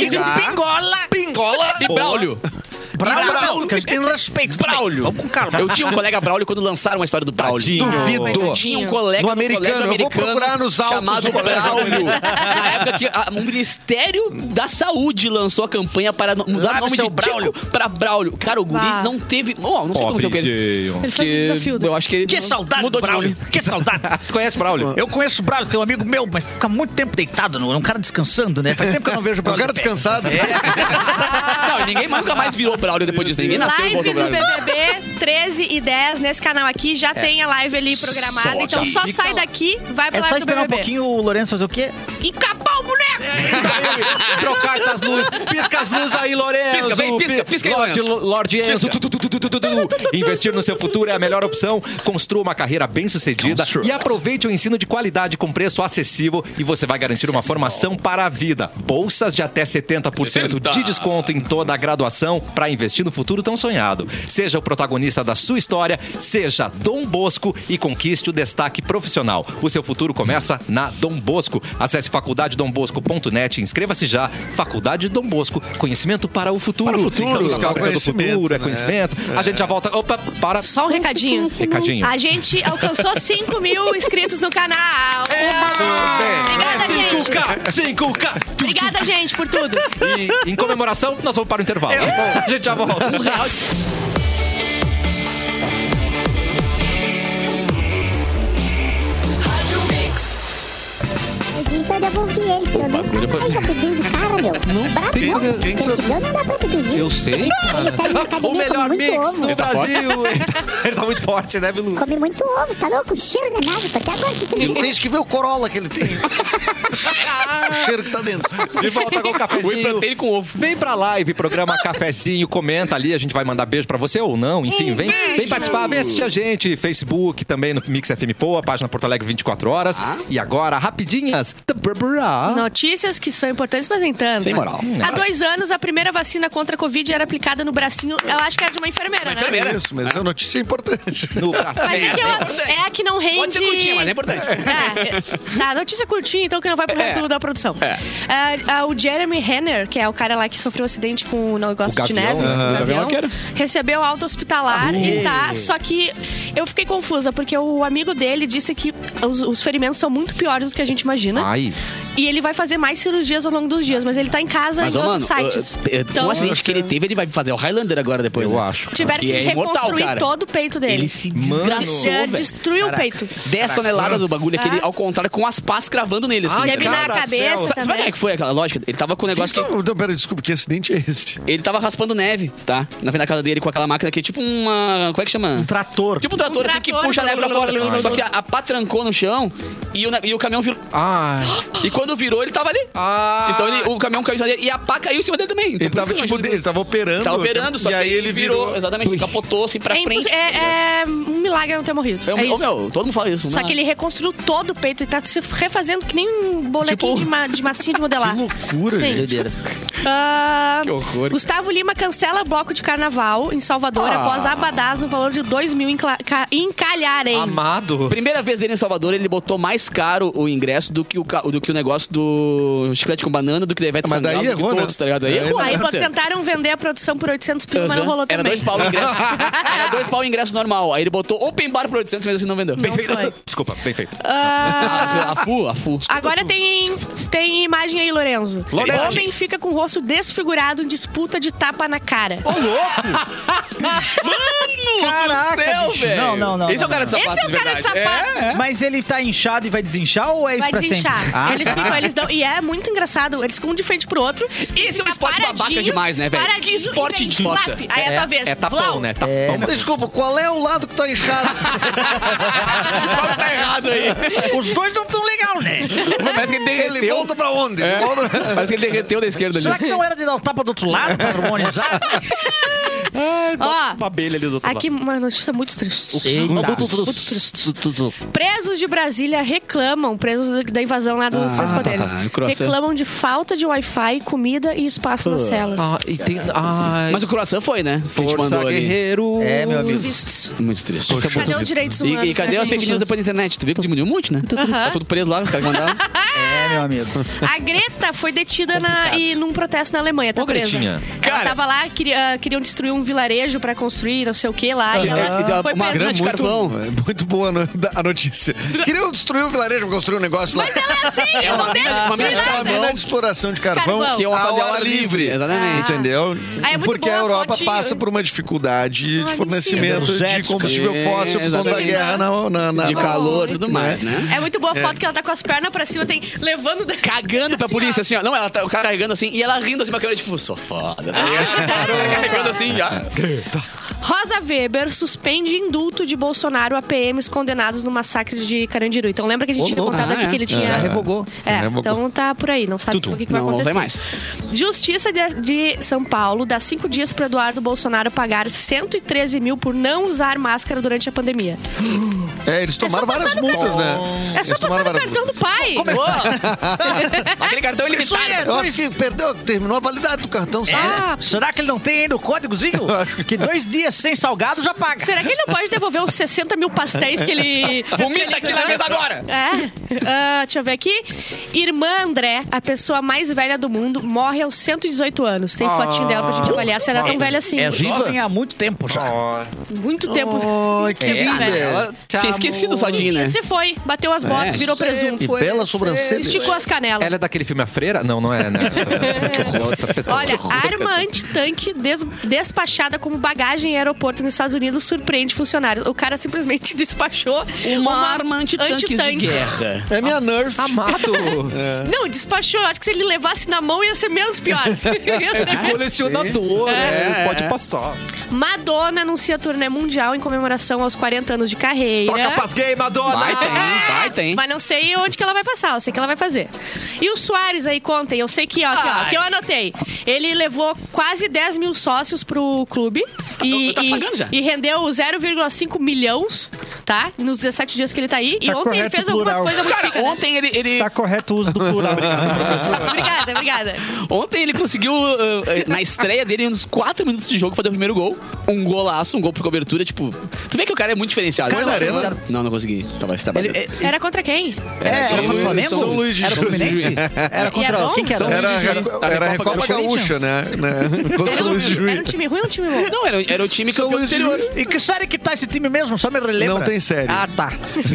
pingola e Braulio. Braulio, que a gente tem respeito. Braulio. Vamos com calma. Eu tinha um colega Braulio quando lançaram a história do Braulio. Duvido. Tinha um colega no americano. Eu vou procurar nos autos chamado do Braulio. Na época que o Ministério da Saúde lançou a campanha para mudar o nome de Braulio para Braulio. Cara, o guri não teve... não sei como que ele fez o desafio. Eu acho que ele que saudade mudou do Braulio. Que saudade. Tu conhece o Braulio? Eu conheço o Braulio, tem um amigo meu, mas fica muito tempo deitado. É um cara descansando, né? Faz tempo que eu não vejo o Braulio. É um cara descansado. Não, e ninguém nunca mais virou Braulio depois disso. Ninguém nasceu e voltou Braulio. Braulio. BBB 13 e 10 nesse canal aqui já tem a live ali programada. Então só sai daqui, vai pra live do BBB. É só esperar um pouquinho o Lourenço fazer o quê? Encapar o boneco! Trocar essas luzes. Pisca as luzes aí, Lourenço. Pisca aí, Lourenço. Lorde Enzo. Investir no seu futuro é a melhor opção. Construa uma carreira bem-sucedida e aproveite o ensino de qualidade com preço acessível e você vai garantir uma formação para a vida. Bolsas de até 70% de desconto em toda a graduação para investir no futuro tão sonhado. Seja o protagonista da sua história, seja Dom Bosco e conquiste o destaque profissional. O seu futuro começa na Dom Bosco. Acesse faculdadedombosco.net e inscreva-se já. Faculdade Dom Bosco, conhecimento para o futuro. Para o futuro. Estamos na fábrica do futuro, é conhecimento. A gente já volta. Opa, para. Só um recadinho. A gente alcançou 5 mil inscritos no canal. Obrigada, gente. 5K. Obrigada, gente, por tudo. E em comemoração, nós vamos para o intervalo. A gente já volta. Rádio Mix. ouvir ele. Eu não produzo o cara, meu. Quem não dá pra produzir. Eu sei. O melhor mix do Brasil. Ele tá muito forte, né, Bilu? Come muito ovo, tá louco? O cheiro danado, tô até agora. Ele tem que ver o Corolla que ele tem. O cheiro que tá dentro. De volta com o cafezinho. Whey com ovo. Vem pra live, programa Cafezinho, comenta ali, a gente vai mandar beijo pra você ou não, enfim, vem participar, vem assistir a gente, Facebook, também no Mix FM Poa, página Porto Alegre 24 horas. E agora, rapidinhas, notícias que são importantes apresentando. Sem moral. Há 2 anos, a primeira vacina contra a Covid era aplicada no bracinho, eu acho que era de uma enfermeira, né? Isso, mas a notícia é importante. No bracinho. Mas é a que não rende... Pode ser curtinha, mas é importante. A notícia é curtinha, então que não vai pro resto da produção. O Jeremy Renner, que é o cara lá que sofreu um acidente com o negócio de neve, no avião, recebeu alta hospitalar e tá... Só que eu fiquei confusa, porque o amigo dele disse que os ferimentos são muito piores do que a gente imagina. E ele vai fazer mais cirurgias ao longo dos dias, mas ele tá em casa em outros sites. Então, o acidente que ele teve, ele vai fazer o Highlander agora depois. Eu acho. Tiveram que reconstruir todo o peito dele. Ele se desgraçou, destruiu o peito. 10 toneladas do bagulho, aquele, ao contrário, com as pás cravando nele, assim. Teve na cabeça Sabe como é que foi aquela lógica? Ele tava com o negócio Então, pera, desculpa, que acidente é esse? Ele tava raspando neve, tá? Na frente da casa dele com aquela máquina que é tipo uma... Como é que chama? Um trator. Tipo um trator, assim, que puxa a neve pra fora. Só que a pá trancou no chão e o caminhão virou. E quando virou, ele tava ali. Então o caminhão caiu e a pá caiu em cima dele também. Ele tava ele tava operando. Tava operando, só e que aí ele virou. Exatamente, capotou assim pra frente. É um milagre não ter morrido. Todo mundo fala isso. Só que ele reconstruiu todo o peito e tá se refazendo que nem um bonequinho de massinha de modelar. Que loucura, gente. Que horror. Gustavo Lima cancela bloco de carnaval em Salvador após abadás no valor de 2 mil encalharem. Amado. Primeira vez dele em Salvador, ele botou mais caro o ingresso do que o negócio do chiclete com banana, do que da Ivete Sangalo, daí errou, todos, né? tá ligado? Aí errou. Aí tentaram vender a produção por 800 pila, mas não rolou Era também. 2 pau o ingresso. Era 2 pau o ingresso normal. Aí ele botou open bar por 800, mas assim não vendeu. Bem feito. Desculpa, bem feito. A FU. Agora tem imagem aí, Lorenzo. Homem fica com o rosto desfigurado em disputa de tapa na cara. Ô, louco! Mano do céu, velho! Não. Esse é o cara de sapato. Esse é o cara de sapato. Mas ele tá inchado e vai desinchar ou é isso Vai pra desinchar. sempre? Eles dão. E é muito engraçado. Eles ficam um de frente pro outro. Esse é um esporte babaca demais, né, velho? Que esporte idiota. Aí é a tua vez. É tapão, né? Tapão. Desculpa, qual é o lado que tá inchado? Qual tá errado aí? Os dois não tão legal, né? Parece que ele derreteu. Ele volta pra onde? Parece que ele derreteu da esquerda ali. Será que não era de dar o tapa do outro lado pra harmonizar? Uma abelha ali do outro Aqui uma notícia muito triste. Eita. Presos de Brasília reclamam, presos da invasão lá dos Três Poderes, reclamam de falta de Wi-Fi, comida e espaço nas celas. Mas o croissant foi, né? Que a gente mandou ali. Guerreiro. É, meu amigo. Muito triste. Cadê os direitos humanos? E cadê né, as fake gente? news depois da internet? Tu viu que diminuiu muito, né? Tá tudo preso lá, os caras mandaram. É, meu amigo. A Greta foi detida num protesto na Alemanha, tá Ô, presa. Gretinha. Ela tava lá, queriam destruir um vilarejo pra construir não sei o que lá. E ela foi Uma presa. grande carvão. Muito boa a notícia. Queriam destruir o vilarejo pra construir um negócio lá. Mas ela é assim, eu não deixo uma mina de destruir carvão. nada. De exploração de carvão Que iam fazer ao ar livre. Exatamente. Entendeu? Aí é muito Porque a boa a Europa fotinho. passa por uma dificuldade de Ai, fornecimento mentira. de combustível fóssil por conta da exatamente. guerra De calor e tudo mais, né? É muito boa a foto que ela tá com as pernas pra cima, tem levando... Cagando pra Assim, polícia, assim, ó. Não, o cara carregando assim, e ela rindo assim pra câmera, tipo, sou foda. Né? Carregando assim, já. Rosa Weber suspende indulto de Bolsonaro a PMs condenados no massacre de Carandiru. Então lembra que a gente tinha contado aqui que ele tinha... Já revogou. Então tá por aí, não sabe o que vai Não acontecer. vai mais. Justiça de São Paulo dá 5 dias pro Eduardo Bolsonaro pagar 113 mil por não usar máscara durante a pandemia. Eles tomaram várias multas, né? É só Eles passar tomaram no várias cartão do multas. pai. Aquele cartão ilimitado. Eu acho que terminou a validade do cartão, sabe? Será que ele não tem ainda o códigozinho? Que 2 dias sem salgado já paga. Será que ele não pode devolver os 60 mil pastéis que ele... Vomita aqui na mesa agora. Deixa eu ver aqui. Irmã André, a pessoa mais velha do mundo, morre aos 118 anos. Tem fotinho dela pra gente avaliar se ela é tão velha assim. É jovem há muito tempo já. Muito tempo. Ai, que linda. Ela tinha esquecido só de ir, né? Se foi, bateu as botas, virou presunto. E bela sobrancelha. Esticou as canelas. Ela é daquele filme A Freira? Não, não é, né? É outra pessoa. Olha, arma antitanque despachada como bagagem em aeroporto nos Estados Unidos surpreende funcionários. O cara simplesmente despachou uma arma antitanque de guerra. É minha Nerf. Amado. Não, despachou. Acho que se ele levasse na mão ia ser menos pior. É de colecionador, pode passar. Madonna anuncia turnê mundial em comemoração aos 40 anos de carreira. Toca pras gay, Madonna! Vai, tem. Mas não sei onde que ela vai passar, eu sei que ela vai fazer. E o Soares aí, contem, eu sei que, ó, que eu anotei. Ele levou quase 10 mil sócios pro clube. Tá pagando já. E rendeu 0,5 milhões, tá? Nos 17 dias que ele tá aí. Tá e ontem ele fez algumas coisas muito ricas, né? Ontem ele... Está correto o uso do plural. Obrigada. Ontem ele conseguiu, na estreia dele, uns 4 minutos de jogo, fazer o primeiro gol. Um golaço, um gol por cobertura, tipo... Tu vê que o cara é muito diferenciado. Foi na arena? Não consegui. Tava trabalhando. Era contra quem? Era contra o Flamengo? São Luís de Era o Fluminense? Era contra quem que era? Era a Recopa Gaúcha, né? Contra o São Luís de Juiz. Era um time ruim ou um time bom? Não, era o time São campeão Luís de anterior. Juiz. E que série que tá esse time mesmo? Só me relembra. Não tem série. Ah, tá.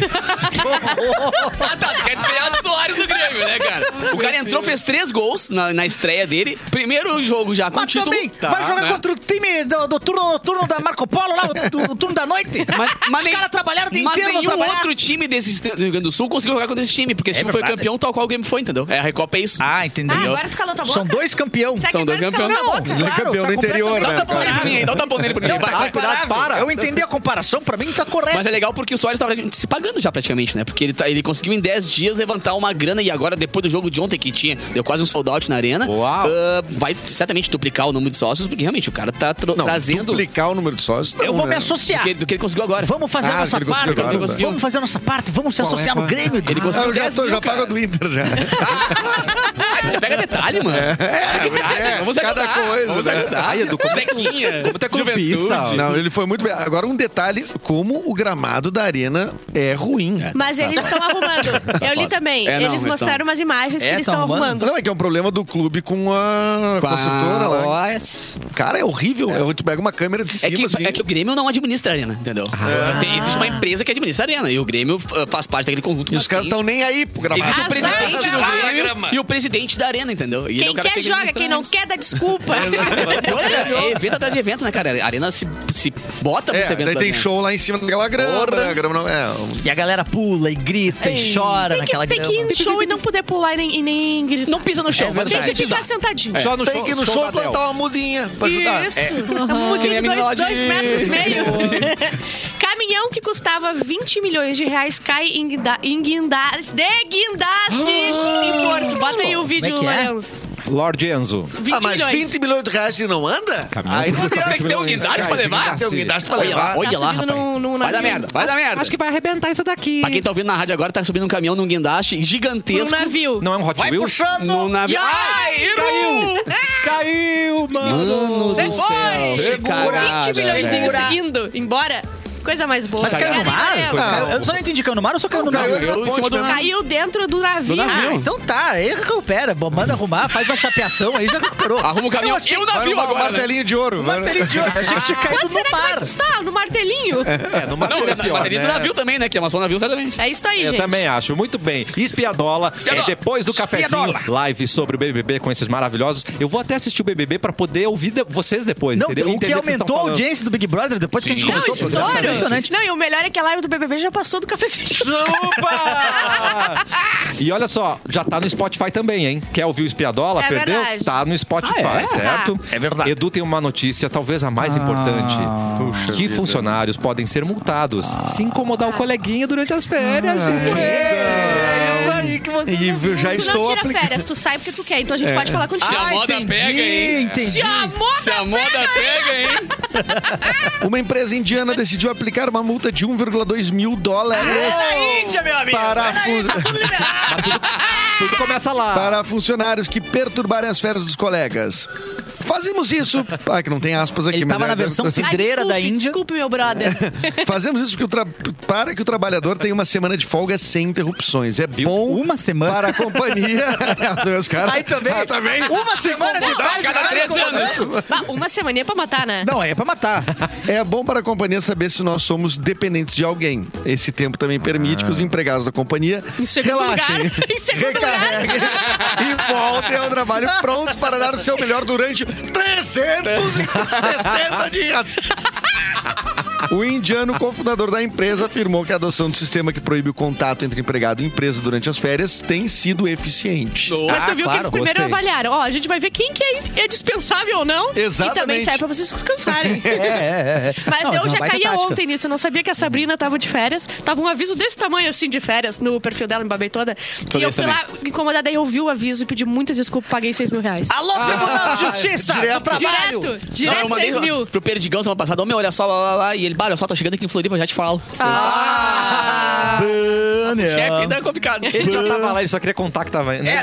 Tu quer estrear do Soares no Grêmio, né, cara? O cara entrou, fez 3 gols na estreia dele. Primeiro jogo já com Mas título. também vai jogar contra o time do turno da Marco Polo lá, do turno da noite. Mas os caras trabalharam o dia inteiro. Mas nenhum outro time desse do Rio Grande do Sul conseguiu jogar contra esse time, porque esse time foi campeão tal qual o Grêmio foi, entendeu? A Recopa é isso. Ah, entendeu. Agora tu calou tua boca? São 2 campeões. Será São que 2 agora tu campeões. calou tua boca? Ele é campeão no interior, Dá um né? tapão nele pra mim aí, dá um tapão nele pra mim. Vai. Cuidado, para. Eu entendi a comparação, pra mim tá correto. Mas é legal porque o Soares tava se pagando já praticamente, né? Porque ele conseguiu em 10 dias levantar uma grana e agora, depois do jogo de ontem que deu quase um sold out na arena, vai certamente duplicar o número de sócios, porque realmente o cara tá trazendo... duplicar o número de sócios, não, Eu vou né? me associar. Do que ele conseguiu agora. Vamos fazer a nossa ele conseguiu parte. agora, né? Vamos fazer a nossa parte. Vamos se associar no Grêmio. Ele conseguiu Eu 10 mil, já cara. pago do Inter, já. Já pega detalhe, mano. Vamos cada ajudar. coisa, Vamos né? ajudar. Ai, Edu, como Zequinha. tu é clubista. Juventude. Não, ele foi muito bem. Agora um detalhe, como o gramado da arena é ruim. Mas eles estão arrumando. Eu li também. Eles mostraram umas imagens que eles estão arrumando. Não, é que é um problema do clube com a construtora lá. Cara, é horrível. Tu pega uma câmera de cima, assim. É que o Grêmio não administra a arena, entendeu? Existe uma empresa que administra a arena e o Grêmio faz parte daquele conjunto. E os caras estão nem aí pro gramado. Existe o presidente do Grêmio Grama. e o presidente da arena, entendeu? E ele é Quem o cara quer que joga, administra quem não quer dá desculpa. E outra, é evento atrás de evento, né, cara? A arena se bota muito evento. Daí tem show lá em cima daquela grama, Porra. né? A grama não é... E a galera pula e grita e chora naquela Tem que ir grama. no show e não poder pular e nem gritar. Não pisa no chão, vai Tem deixar que ele ficar pisar. sentadinho. Só no Tem show, que ir no show show da Adele. plantar uma mudinha pra ajudar. Isso. É um mudinho de menina 2 metros e de- meio. Caminhão que custava 20 milhões de reais cai em guindastes em Porto. Bota aí o vídeo, Como é que é? Lorenzo. Lord Enzo. 20 Mas milhões. 20 milhões de reais e não anda? Aí não Tem que ter um guindaste pra levar? Tem um guindaste pra Olha lá, levar. olha lá, subindo rapaz. num Vai dar navio. merda, vai dar merda. Acho que vai arrebentar isso daqui. Pra quem tá ouvindo na rádio agora, tá subindo um caminhão num guindaste gigantesco. Num navio. Não é um Hot Vai Wheels? puxando. Num navio. Ai, Caiu, mano. Mano Você do céu. foi. Que cagada, 20 milhões velho. indo embora. Coisa mais boa. Mas caiu no mar? Caiu Eu só não entendi, caiu no mar ou só caiu no Caiu navio? na em cima ponte do- mesmo. Caiu dentro do navio. Do navio. Ah, então tá, aí recupera. Bom, manda arrumar, faz uma chapeação aí, já recuperou. Arruma o caminhão e o Vai navio no agora, né? martelinho de ouro. Martelinho de ouro, achei que tinha caído Quanto será no que vai mar. custar no martelinho? No mar Não, seria na pior, bateria do né? navio também, né? Que amassou o navio, certamente. É isso aí, Eu gente. também acho. Muito bem. Espiadola. Espiadola. Depois do cafezinho, Espiadola. live sobre o BBB com esses maravilhosos. Eu vou até assistir o BBB pra poder ouvir vocês depois, Não, entendeu? o que Entender que vocês aumentou a estão falando. audiência do Big Brother depois que a gente Não, começou o programa. estouro. Impressionante. Não, e o melhor é que a live do BBB já passou do cafezinho. Chupa! E olha só, já tá no Spotify também, hein? Quer ouvir o Espiadola? É Perdeu? verdade. Tá no Spotify, Ah, é? certo? É verdade. Edu tem uma notícia, talvez a mais importante. Que funcionários podem ser multados se incomodar o coleguinha durante as férias, gente. É isso aí que você... E já Tu estou não tira aplicando. férias, tu sai porque tu quer, então a gente pode falar contigo. Se a moda pega, hein? Entendi. Se a moda Se a moda pega, hein? Uma empresa indiana decidiu aplicar uma multa de $1,2 mil Índia, meu amigo. Tudo começa lá. para funcionários que perturbarem as férias dos colegas. Fazemos isso... Ah, que não tem aspas aqui. Ele mas tava na versão Ah, cidreira da Índia. Desculpe, meu brother. Fazemos isso porque para que o trabalhador tenha uma semana de folga sem interrupções. É bom Uma semana? para a companhia... Os caras... Aí também. Ah, também. Uma semana de A cada 3 anos. Bah, uma semaninha pra matar, né? Não, é pra matar. É bom para a companhia saber se nós somos dependentes de alguém. Esse tempo também permite que os empregados da companhia Em segundo relaxem, lugar. Em segundo lugar. recarreguem e voltem ao trabalho prontos para dar o seu melhor durante 360 dias. O indiano, cofundador da empresa, afirmou que a adoção do sistema que proíbe o contato entre empregado e empresa durante as férias tem sido eficiente. Mas tu viu claro, que eles primeiro gostei. avaliaram. Ó, a gente vai ver quem que é dispensável ou não. Exatamente. E também serve pra vocês descansarem. Mas Não, eu é uma já baita caía tática. ontem nisso. Eu não sabia que a Sabrina tava de férias. Tava um aviso desse tamanho, assim, de férias, no perfil dela, me babei toda. Sou E eu desse fui lá incomodada, aí eu vi o aviso e pedi muitas desculpas, paguei 6 mil reais. Alô, Tribunal de Justiça do Trabalho. Direto eu mandei 6 mil. pro Perdigão semana passada, meu, olha só, e ele, olha só, tô chegando aqui em Floripa, já te falo. Chefe, ainda é complicado. Ele já tava lá, ele só queria contar que tava... Né?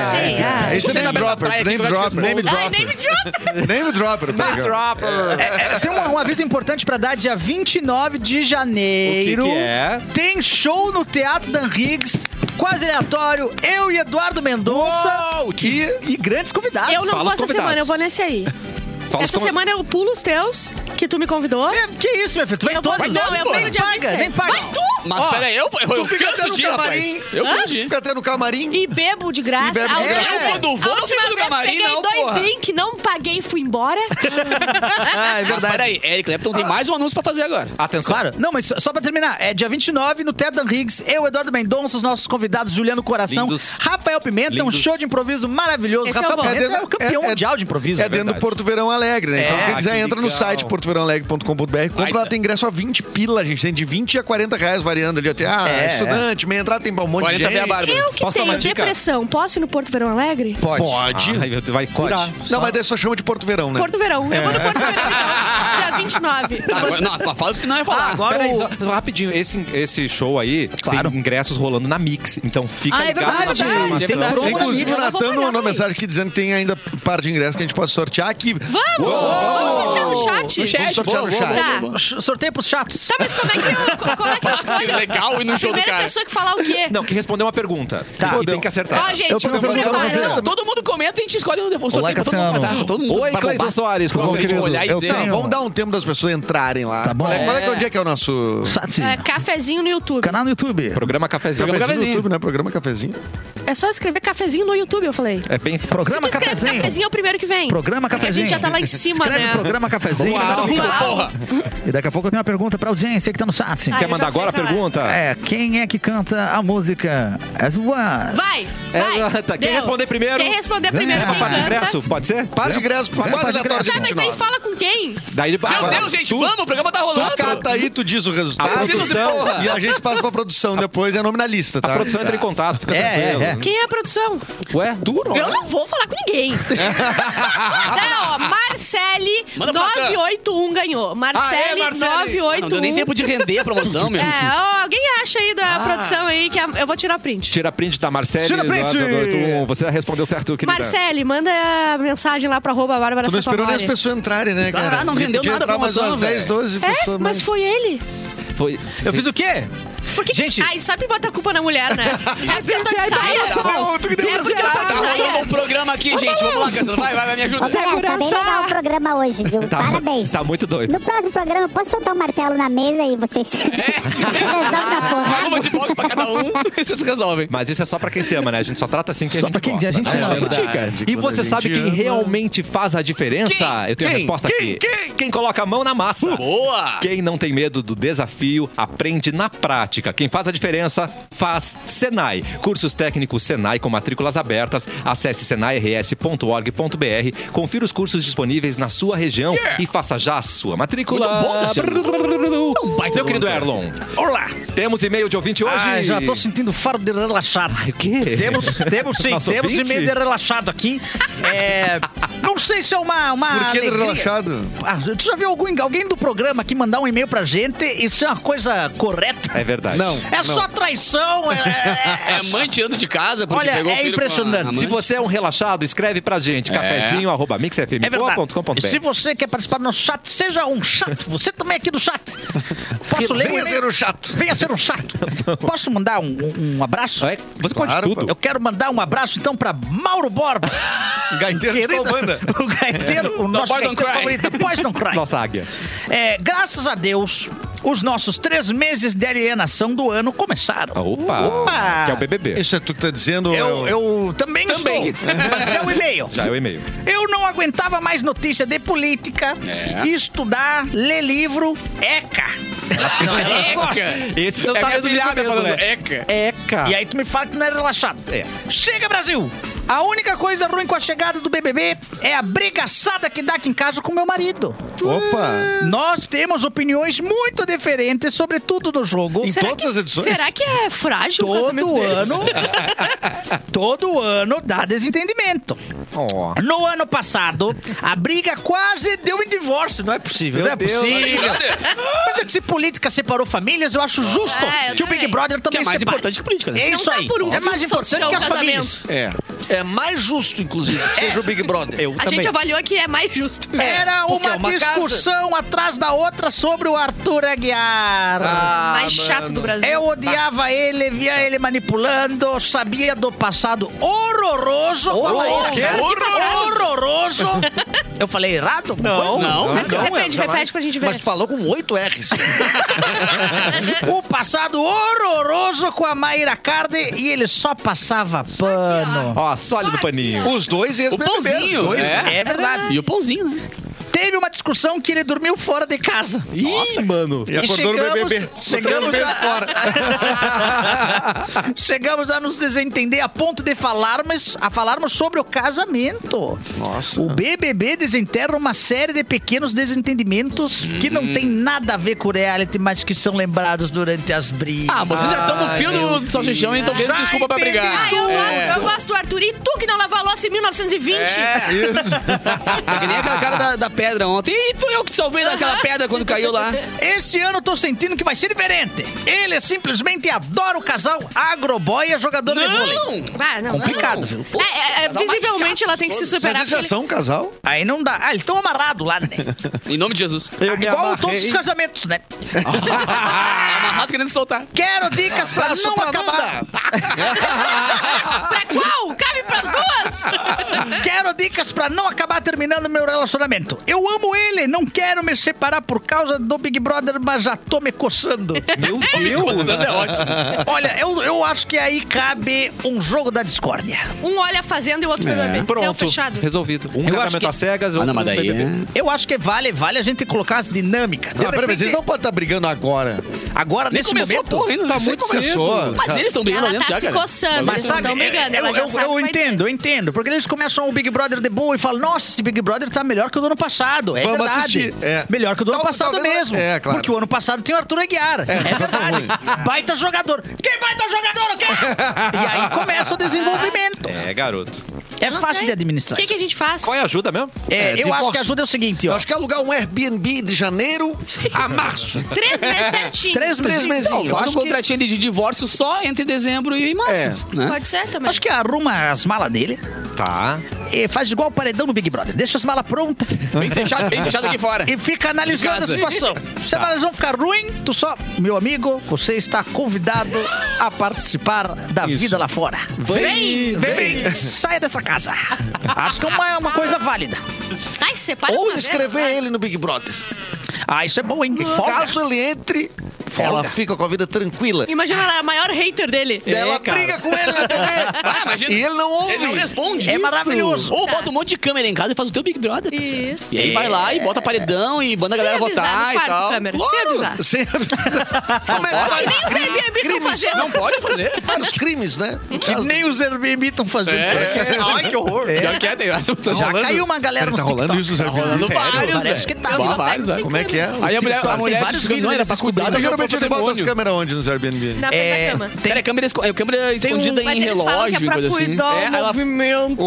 Sim. Esse é name dropper, name dropper. Ai, nem me dropper. Name dropper. Name dropper. Tem um aviso importante pra dar dia 29 de janeiro. O que é? Tem show no Teatro Dan Higgs, quase aleatório. Eu e Eduardo Mendonça. E grandes convidados. Eu não Fala vou os essa convidados. semana, eu vou nesse aí. Fala Essa como- semana eu pulo os teus, que tu me convidou. Que isso, meu filho? Tu vem Eu vou, todos? não, eu venho dia paga, 26. nem paga. Vai tu! Mas peraí, eu fica até canso no de ir, camarim. rapaz. Eu canso de ir. Fica até no camarim. E bebo de graça. E bebe de A última graça. vez- Eu, quando vou, a não última fico no vez camarim, peguei não, 2 porra. drinks, não paguei e fui embora. Ah, é Mas verdade. peraí, Eric Clapton tem mais um anúncio pra fazer agora. Atenção. Claro. Não, mas só pra terminar, é dia 29 no Teatro Dan Higgs, eu, Eduardo Mendonça, os nossos convidados Juliano Coração, Lindos. Rafael Pimenta, um Lindos. show de improviso maravilhoso. Esse eu Rafael vou. Pimenta é o campeão mundial de improviso. É dentro do Porto Verão Alegre, né? Então quem quiser que entra no legal. site portoverãoalegre.com.br, compra lá, tem ingresso a 20 pila, gente. Tem de 20 a 40 reais variando ali até. Estudante, meia entrada, tem um monte 40 de vem a gente. Bárbara. Eu que Posso dar uma tenho dica? depressão, posso ir no Porto Verão Alegre? Pode. Pode. Ai, vai curar. Não, mas daí só chama de Porto Verão, né? Porto Verão. Eu vou no Porto Verão, então. Dia 29. Agora, não, fala o que tu não ia falar. agora Peraí, o... só rapidinho, esse show aí Claro. tem ingressos rolando na Mix, então fica Ah, é ligado na verdade. programação. Tem promo na Inclusive, Mix. o Eu vou Natan pagar mandou pra ir. mensagem aqui dizendo que tem ainda par de ingressos que a gente pode sortear aqui. Vamos sortear no chat? No chat, Vamos sortear no boa, chat. Tá. boa. Sorteio pros chatos. Tá, mas como é que eu escolho? Legal ir no A show do primeira cara. pessoa que falar o quê? Não, que respondeu uma pergunta. Tá. E tem que acertar. Ó, gente, Eu tô vamos fazendo preparar. pra você. Não, todo mundo comenta e a gente escolhe o sorteio Olá, pra todo mundo Cassiano. comentar. Todo mundo Oi, vai Cleiton bombar. Soares. Pra como gente querido? olhar e eu dizer. tenho- Não, vamos dar um tempo das pessoas entrarem lá. Tá bom. Qual é que é o nosso Sati. Cafezinho no YouTube. Canal no YouTube. Programa Cafezinho. Programa cafezinho no Cafezinho. YouTube, né? Programa Cafezinho. É só escrever cafezinho no YouTube, eu falei. É bem Programa Se tu escreve Cafezinho. cafezinho é o primeiro que vem. Programa Porque Cafezinho. a gente já tá lá em cima, Escreve né? Programa Cafezinho. Porra. E daqui a pouco eu tenho uma pergunta pra audiência que tá no chat. Ah, Quer eu mandar já sei agora a qual é. pergunta? É, quem é que canta a música As One? Vai! Tá, quem Deu. responder primeiro? Quem responder primeiro, Uma quem parte de canta. ingresso, pode ser? Par de ingressos por quase aleatório de Tá, mas aí 29. fala com quem? Daí, Meu Deus, gente, vamos, o programa tá rolando. Tu cata aí, tu diz o resultado. A produção- E a gente passa pra produção depois, é nome na lista, tá? a produção entra em contato, fica É, tranquilo. Quem é a produção? Ué? Duro, Eu não vou falar com ninguém. Não, ó, Marcele Manda pra cá. 981 ganhou. Marcele Marcele. 981. Não deu nem tempo de render a promoção, meu. É, ó, alguém acha aí da produção aí que eu vou tirar print. Tira print da Marcele. Tira print! Você respondeu certo, querida. Marcele, manda a mensagem lá pra @Bárbara Tu não esperou nem as Sacomori. pessoas entrarem, né, cara? não rendeu Podia nada a entrar mais promoção, umas 10, 12 É, pessoas. mas foi ele. Foi. Eu fiz o quê? Porque, Gente- ai, sempre bota a culpa na mulher, né? É porque eu tô de saia. Tu que deu É porque eu tô Tá de rolando saia. um programa aqui, gente. Vamos lá, Cassiano. Vai, me ajuda. Ô, galera, tá bem legal o programa hoje, viu? Parabéns. Tá muito doido. No próximo programa, eu posso soltar um martelo na mesa e vocês resolvem na porrada? Uma de boxe pra cada um e vocês resolvem. Mas isso é só pra quem se ama, né? A gente só trata assim que Só a gente pra quem gosta. a gente ama. verdade. E Quando você a sabe gente quem ama. realmente faz a diferença? Eu tenho a Quem? resposta Quem? aqui. Quem coloca a mão na massa. Boa! Quem não tem medo do desafio, aprende na prática. Quem faz a diferença, faz Senai. Cursos técnicos Senai com matrículas abertas. Acesse senairs.org.br. Confira os cursos disponíveis na sua região e faça já a sua matrícula. Muito bom, Cassiano. Meu querido Erlon. Olá. Temos e-mail de ouvinte hoje. Ah, já tô sentindo fardo de relaxado. O quê? Temos sim, Nosso temos ouvinte? e-mail de relaxado aqui. Não sei se é uma Por que alegria. relaxado? Ah, tu já viu alguém do programa aqui mandar um e-mail pra gente? Isso é uma coisa correta? É verdade. Não. É só traição. É mãe tirando de casa porque Olha, pegou o é filho impressionante. com a Se amante. você é um relaxado, escreve pra gente. Cafezinho@mixfm.com.br. É verdade. E se você quer participar do nosso chat, seja um chato. Você também aqui do chat. Posso ler? Venha ser o chato. Venha ser um chato. Posso mandar um abraço? É, você Claro, pode tudo. Eu quero mandar um abraço, então, pra Mauro Borba. Gaiteiro de qual banda? O gaiteiro, o nosso Boys Don't gaiteiro Cry. favorito, Boys Don't Cry. Nossa águia. Graças a Deus, Os nossos 3 meses de alienação do ano começaram. Opa! Que é o BBB. Isso é tu que tá dizendo? Eu também estou. Mas é o e-mail. Já é o e-mail. Eu não aguentava mais notícia de política, estudar, ler livro, Não, Esse não tá lendo livro mesmo, né? Eca. E aí tu me fala que não é relaxado. Chega, Brasil! A única coisa ruim com a chegada do BBB é a brigaçada que dá aqui em casa com meu marido. Opa! Nós temos opiniões muito diferentes sobre tudo no jogo. Em todas as edições? Será que é frágil o casamento deles? Todo ano dá desentendimento. No ano passado, a briga quase deu em divórcio. Não é possível, não é possível. Mas é que se política separou famílias, eu acho justo que o Big Brother também é mais separe. importante que política, né? É isso aí. É mais importante que as famílias. É mais justo, inclusive, que seja o Big Brother. A gente avaliou que é mais justo. Era uma discussão atrás da outra sobre o Arthur Aguiar. Mais chato do Brasil. Eu odiava ele, via ele manipulando, sabia do passado horroroso. Horroroso. Eu falei errado? Não. Repete pra gente ver. Mas tu falou com 8 R's. O passado horroroso com a Mayra Cardi e ele só passava pano. Ó, sólido paninho. Os dois e as O pãozinho. É verdade. E o pãozinho, né? Teve uma discussão que ele dormiu fora de casa. Ih, mano. E acordou no BBB. Chegamos a nos desentender a ponto de falarmos sobre o casamento. Nossa. O BBB desenterra uma série de pequenos desentendimentos que não tem nada a ver com o reality, mas que são lembrados durante as brigas. Vocês já estão no fio do salsichão e estão vendo desculpa pra brigar. Eu gosto do Arthur. E tu que não lava a louça em 1920? Isso. É que nem aquela cara da pedra ontem. E tu eu que te salvei daquela pedra quando caiu lá. Esse ano eu tô sentindo que vai ser diferente. Ele simplesmente adora o casal Agroboy e a jogadora de vôlei. Não. Complicado, viu? Visivelmente ela tem que se superar. Vocês já são um casal? Aí não dá. Eles estão amarrados lá, né? Em nome de Jesus. Igual todos os casamentos, né? Amarrado querendo soltar. Quero dicas pra não acabar. Pra qual? Cabe pras duas? Quero dicas pra não acabar terminando meu relacionamento. Eu amo ele, não quero me separar por causa do Big Brother, mas já tô me coçando. Meu Deus. Coçando é ótimo. Olha, eu acho que aí cabe um jogo da discórdia. Um olha fazendo e o outro BBB. Pronto. Fechado. Resolvido. Um Eu acho casamento que- às cegas, outro mas daí BBB. Eu acho que vale a gente colocar as dinâmicas. De Peraí, mas repente, eles não podem estar brigando agora. agora, Nem nesse começou a momento... porra ainda. Tá muito começou. Mas eles estão brigando lá Ela dentro tá já, se cara. coçando. Mas Eles sabe, não estão brigando. Ela já sabe eu que vai ter. entendo, porque eles começam o Big Brother de boa e falam, nossa, esse Big Brother tá melhor que o do ano passado. É Vamos verdade. assistir, é. Melhor que o do ano passado Talvez- mesmo. é, claro. Porque o ano passado tinha o Arthur Aguiar. É verdade. Baita jogador. Quem baita jogador, o quê? E aí começa o desenvolvimento. É, garoto. É Não fácil sei. de administrar. O que a gente faz? Qual é a ajuda mesmo? Eu acho divórcio. que a ajuda é o seguinte, Eu ó. acho que é alugar um Airbnb de janeiro a março. 3 meses certinho. 3 meses. mesinhos. Faz um acho que- contratinho de divórcio só entre dezembro e março. É. Né? Pode ser também. Acho que arruma as malas dele Tá. e faz igual o paredão no Big Brother. Deixa as malas prontas Bem fechado aqui fora. e fica analisando a casa. situação. Se a analisão ficar ruim, tu só... Meu amigo, você está convidado a participar da vida lá fora. Vem! Saia dessa casa. Acho que é uma coisa válida. Ai, separa Ou uma vez, inscrever vai. ele no Big Brother. Isso é bom, hein? Folga. Caso ele entre, ela fica com a vida tranquila. Imagina, ela é a maior hater dele. Ela cara. briga com ele na TV. Imagina. E ele não ouve. Ele não responde. É maravilhoso. Ou bota um monte de câmera em casa e faz o teu Big Brother. parceiro. Isso. E aí vai lá e bota paredão e manda a galera Sem avisar votar no e quarto, tal. câmera. Claro. Sem avisar. Sem- Como é que Que faz? nem os Airbnb estão Crimes. fazendo. Não pode fazer. Vários crimes, né? Que nem os Airbnb estão fazendo. Ai, que horror. Pior que é, tem Já rolando? caiu uma galera Pera, nos tá rolando TikTok. isso nos Airbnb? rolando vários, Parece velho. que tá. Eu só vários, pego velho. Como é que é? Aí a mulher, Tem vários vídeos não, era pra desses cuidar do meu Geralmente ele bota as patrimônio. câmeras onde nos Airbnb? Na frente da cama. Pera, câmera escondida Mas em eles falam que relógio é e pra coisa assim. cuidar É, o ela- movimento.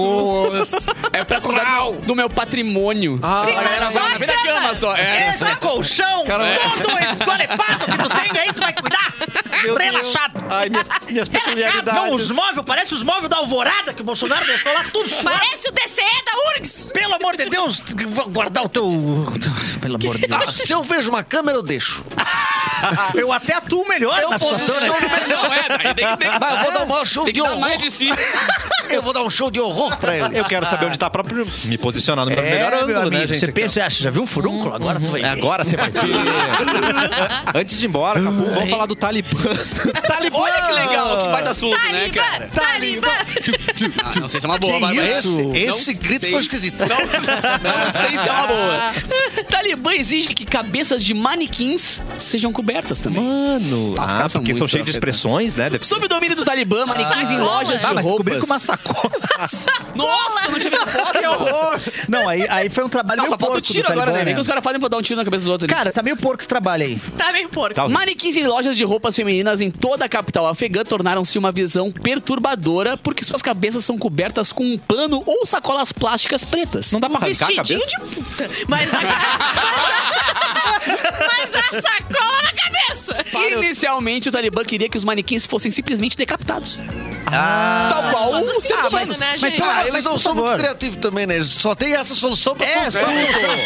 é pra cuidar do meu patrimônio. Sim, A galera só vai a na frente da cama. cama só. É. Esse colchão, todo esgolepado que tu tem aí, tu vai cuidar. Relaxado. Ai, minhas peculiaridades. Não, os móveis, parece os móveis da Alvorada que o Bolsonaro deixou lá, tudo suado. Parece o DCE da URGS. Pelo amor de Deus, vou guardar o teu... Pelo amor de Deus. Se eu vejo uma câmera, eu deixo. Eu até atuo melhor na situação, né? Não é, daí tem que Mas eu vou dar um show tem de que dar horror. mais de si. Eu vou dar um show de horror pra ele. Eu quero saber onde tá pra me posicionar no meu melhor meu ângulo, amigo, né, gente? você pensa, já viu um furúnculo? Agora tu vai ver. Agora você vai ver. Antes de ir embora, Capu, vamos falar do Talibã. Talibã! Olha que legal, que baita assunto, né, Talibã, cara? Talibã. Não sei se é uma boa, Que mas isso? Não Esse grito sei. foi esquisito. Não sei se é uma boa. Talibã exige que cabeças de manequins sejam cobertas também. Mano, Os caras são porque são muito cheios de expressões, né? Deve ser. Sob o domínio do Talibã, manequins em lojas de Mas descobri roupas. com uma sacola. Nossa, não tinha visto foto. Que horror! Não, aí foi um trabalho Não, meio só falta o porco tiro do agora, Talibã, né? Vem que os caras fazem pra dar um tiro na cabeça dos outros ali. Cara, tá meio porco esse trabalho aí. Tá bem porco. Tá. Manequins em lojas de roupas femininas em toda a capital afegã tornaram-se uma visão perturbadora porque suas cabeças são cobertas com um pano ou sacolas plásticas pretas. Não dá pra arrancar a Vestidinho cabeça? de puta. Mas a sacola na cabeça. Inicialmente, o Talibã queria que os manequins fossem simplesmente decapitados. Ah, Tal qual Todo o ser sentido, humano. né, mas gente? pelo- Eles não por são muito favor. criativos também, né? Eles só tem essa solução pra tudo. só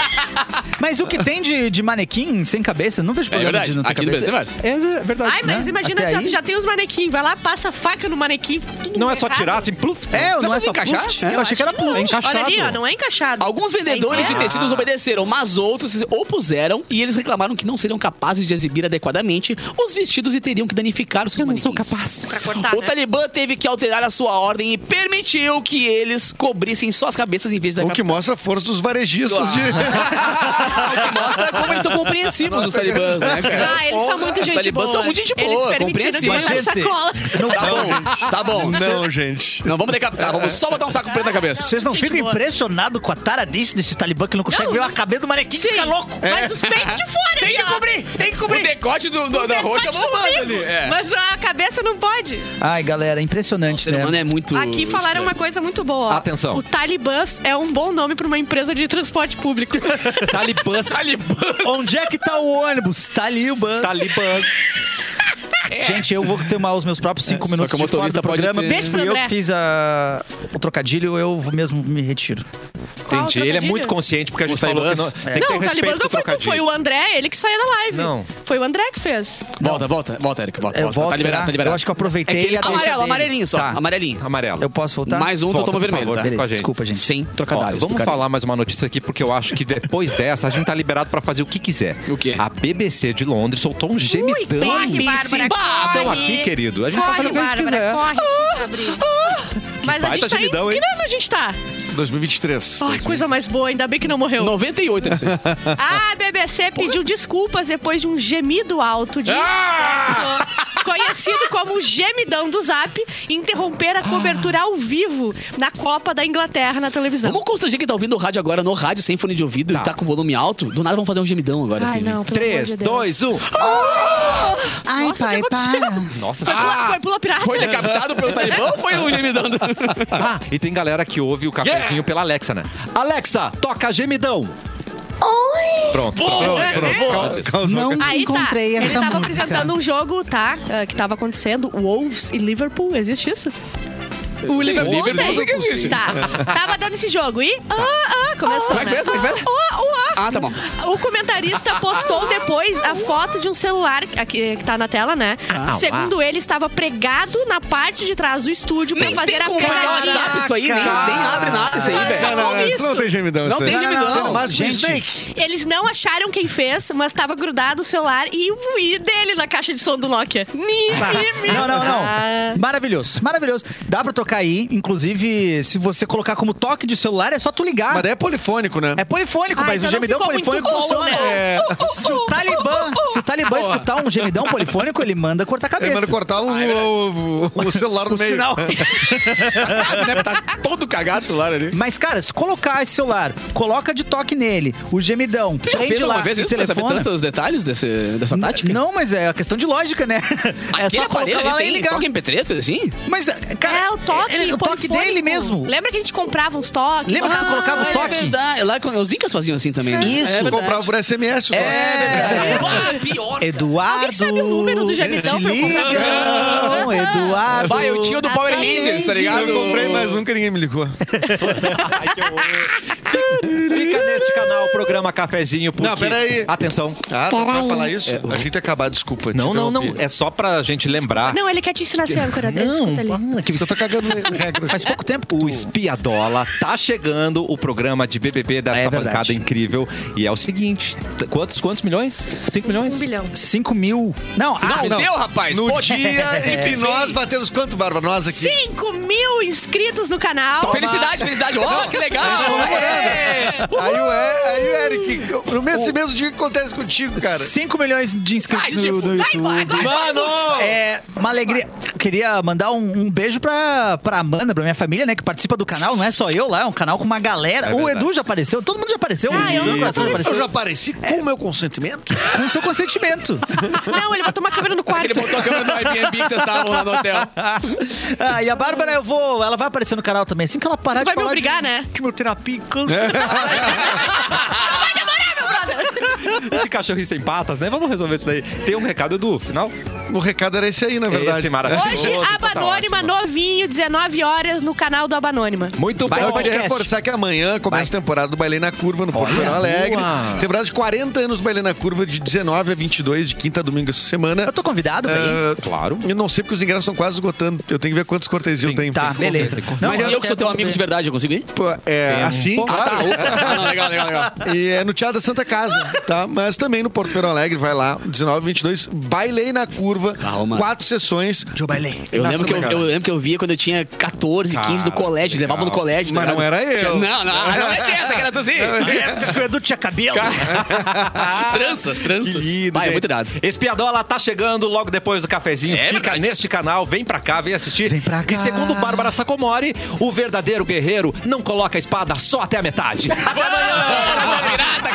Mas o que tem de manequim sem cabeça, não vejo É problema verdade. de não ter Aqui no cabeça. Brasil é É verdade. Ai, mas né? imagina Até assim, ó, aí- tu já tem os manequins, vai lá, passa a faca no manequim. tudo Não é só errado. tirar assim, pluf. É, não Mas é só encaixar? pluft. É, Eu achei que era pluft. É encaixado. Olha ali, ó, não é encaixado. Alguns vendedores É de tecidos obedeceram, mas outros se opuseram e eles reclamaram que não seriam capazes de exibir adequadamente os vestidos e teriam que danificar os seus manequins. Pra cortar, O né? Talibã teve que alterar a sua ordem e permitiu que eles cobrissem suas cabeças em vez da O que mostra a força dos varejistas de... O que mostra como eles são compreensivos, os talibãs, né, cara? Ah, eles são muito Os gente talibãs boa. são muito gente Eles boa, permitiram compreensivos. guardar sacola. Tá bom. Não, gente. Não vamos decapitar, vamos só botar um saco preto na cabeça. Vocês não Gente ficam boa. impressionados com a taradice desse talibã que não consegue Não. ver a cabeça do manequim e fica louco? Mas os peitos de fora, Tem aí, que ó. cobrir, tem que O cobrir. decote da roxa Bate no bombando umbigo. ali. É. Mas a cabeça não pode. Ai, galera, impressionante, O ser humano né? é muito Aqui falaram estranho. uma coisa muito boa. Ó. Atenção. O Talibãs é um bom nome pra uma empresa de transporte público. Talibãs. Onde é que tá o ônibus? Talibã. Talibãs. Gente, eu vou tomar os meus próprios 5 só minutos que o de fora motorista do pode programa. ter- Beijo pro Fui eu André. que fiz o trocadilho, eu mesmo me retiro. Qual Entendi. Ele é trocadilho? muito consciente porque a gente Os falou que talibãs? não, tem que ter Não, o respeito Talibãs com não o foi tu, trocadilho. foi o André, ele que saiu da live. Não. Foi o André que fez. Volta, Eric, volta. Eu volto, Tá liberado, será? tá liberado. Eu acho que eu aproveitei É que ele- a deixa amarelo, dele. amarelinho só, Tá. amarelinho. Amarelo. Eu posso voltar? Mais um, tu Volta, toma por vermelho, favor, tá? com a Beleza, gente. desculpa, gente. Sem Ó, trocadilhos. vamos do cara. falar mais uma notícia aqui, porque eu acho que depois dessa a gente tá liberado pra fazer o que quiser. O quê? A BBC de Londres soltou um gemidão. Corre, Bárbara, Então corre. aqui, querido, a gente vai fazer Corre, o que a gente Bárbara, quiser. corre. Abrir. Mas a baita gente tá gemidão, em... hein? Que ano a gente tá? 2023. Ai, coisa mais boa, ainda bem que não morreu. 98, assim. A BBC pediu desculpas depois de um gemido alto de sexo, conhecido como o gemidão do Zap, interromper a cobertura ao vivo na Copa da Inglaterra na televisão. Vamos constranger quem tá ouvindo o rádio agora no rádio sem fone de ouvido e tá com volume alto. Do nada vamos fazer um gemidão agora. Ai, assim, não, pelo amor 3, de Deus. 2, 1. Ai, Nossa, pai, o que aconteceu? para. Nossa Foi pula pirata? Foi decapitado pelo Talibã ou foi o gemidão? Ah, e tem galera que ouve o cafezinho pela Alexa, né? Alexa, toca gemidão. Oi. Pronto. Não Aí tá, encontrei ele essa tava música. apresentando um jogo, tá? Que tava acontecendo, Wolves e Liverpool, existe isso? O Liverpool, Liverpool sei. que existe. Tá, tava dando esse jogo e... começou, Como é que né? fez? Como é que fez? Ah, tá bom. O comentarista postou depois a foto de um celular que tá na tela, né? Segundo ele, estava pregado na parte de trás do estúdio pra fazer a como pegar o pegadinha. WhatsApp isso aí, nem abre nada isso aí, velho. Isso não tem gemidão. Não isso aí. tem gemidão. Mas Gente. Snake. Eles não acharam quem fez, mas tava grudado o celular e o i dele na caixa de som do Nokia. Não. Maravilhoso, maravilhoso. Dá pra tocar aí, inclusive, se você colocar como toque de celular, é só tu ligar. Mas daí é polifônico, né? É polifônico, Ah, mas então o gemidão não ficou polifônico muito bom, funciona. né? Se o Talibã escutar um gemidão polifônico, ele manda cortar a cabeça. Ele manda cortar o celular no o meio. sinal. Tá todo cagado o celular ali. Mas, cara, se colocar esse celular, coloca de toque nele, o gemidão, Tu já prende fez lá uma vez o isso pra saber telefone. tantos detalhes dessa tática? Não, mas é a questão de lógica, né? É Aquele só colocar aparelho lá ali e tem ligar. toque MP3, coisa assim? Mas, cara, É o toque toque. O toque dele mesmo. Lembra que a gente comprava uns toques? Lembra que tu colocava o toque? É verdade. Lá os Incas faziam assim também, né? Isso. É Comprava por SMS. pior. Eduardo. Alguém sabe o número do gemidão pra eu comprar? Não, Eduardo. Vai, eu tinha o do Power Rangers, tá ligado? Eu comprei mais um que ninguém me ligou. Ai, que horror. Fica neste canal o programa Cafezinho. Porque... Não, peraí. Atenção. Ah, tá pra falar isso? A gente ia acabar, desculpa. Não. É só pra gente lembrar. Não, ele quer te ensinar a ser âncora. Escuta ali. Que eu tô cagando regra. Faz pouco tempo. O Espiadola tá chegando o programa de BBB dessa bancada incrível. E é o seguinte: quantos milhões? 5 milhões? 1 bilhão. 5 mil. Não, Não deu, rapaz. No Poxa. dia de que nós batemos quanto, Bárbara? Nós aqui. 5 mil inscritos no canal. Felicidade. Ó, que legal. Aí o Eric, esse mesmo dia que acontece contigo, cara. 5 milhões de inscritos no YouTube. Mano! É uma alegria. Queria mandar um beijo pra Amanda, pra minha família, né? Que participa do canal. Não é só eu lá, é um canal com uma galera. O Edu já apareceu, todo mundo já apareceu. Eu já apareci com o meu consentimento? Com o seu consentimento. Não, ele botou uma câmera no quarto. Ele botou a câmera no Airbnb que vocês estavam lá no hotel. E a Bárbara, ela vai aparecer no canal também. Assim que ela parar de Vai me falar obrigar, né? quimioterapia cansa. De cachorrinho sem patas, né? Vamos resolver isso daí. Tem um recado, Edu, final? O recado era esse aí, na verdade. Esse maravilhoso. Hoje, Abanônima, novinho, 19 horas no canal do Abanônima. Muito bom. Eu queria reforçar que amanhã começa a temporada do Bailei na Curva no Porto Verão Alegre. Boa. Temporada de 40 anos do Bailei na Curva, de 19 a 22, de quinta a domingo essa semana. Eu tô convidado, bem. Claro. Eu não sei porque os ingressos estão quase esgotando. Eu tenho que ver quantas cortesias eu tenho. Tá, beleza. Mas eu que sou teu amigo de verdade, eu consigo ir? Pô, assim, claro. Legal. E é no Teatro da Santa Casa, tá? Mas também no Porto Verão Alegre, vai lá, 19 e 22, Bailei na Curva, 4 sessões. Eu bailei. Eu lembro que eu via quando eu tinha 14, 15 no colégio, levava no colégio. Mas não era eu. Não é essa que era tu sim. Na época que o Edu tinha cabelo. Tranças. Que lindo, Vai, é gente. muito irado. Espiadola tá chegando logo depois do cafezinho. Fica verdade. neste canal, vem pra cá, vem assistir. Vem pra cá. E segundo Bárbara Sacomori, o verdadeiro guerreiro não coloca a espada só até a metade. Até amanhã! Pirata,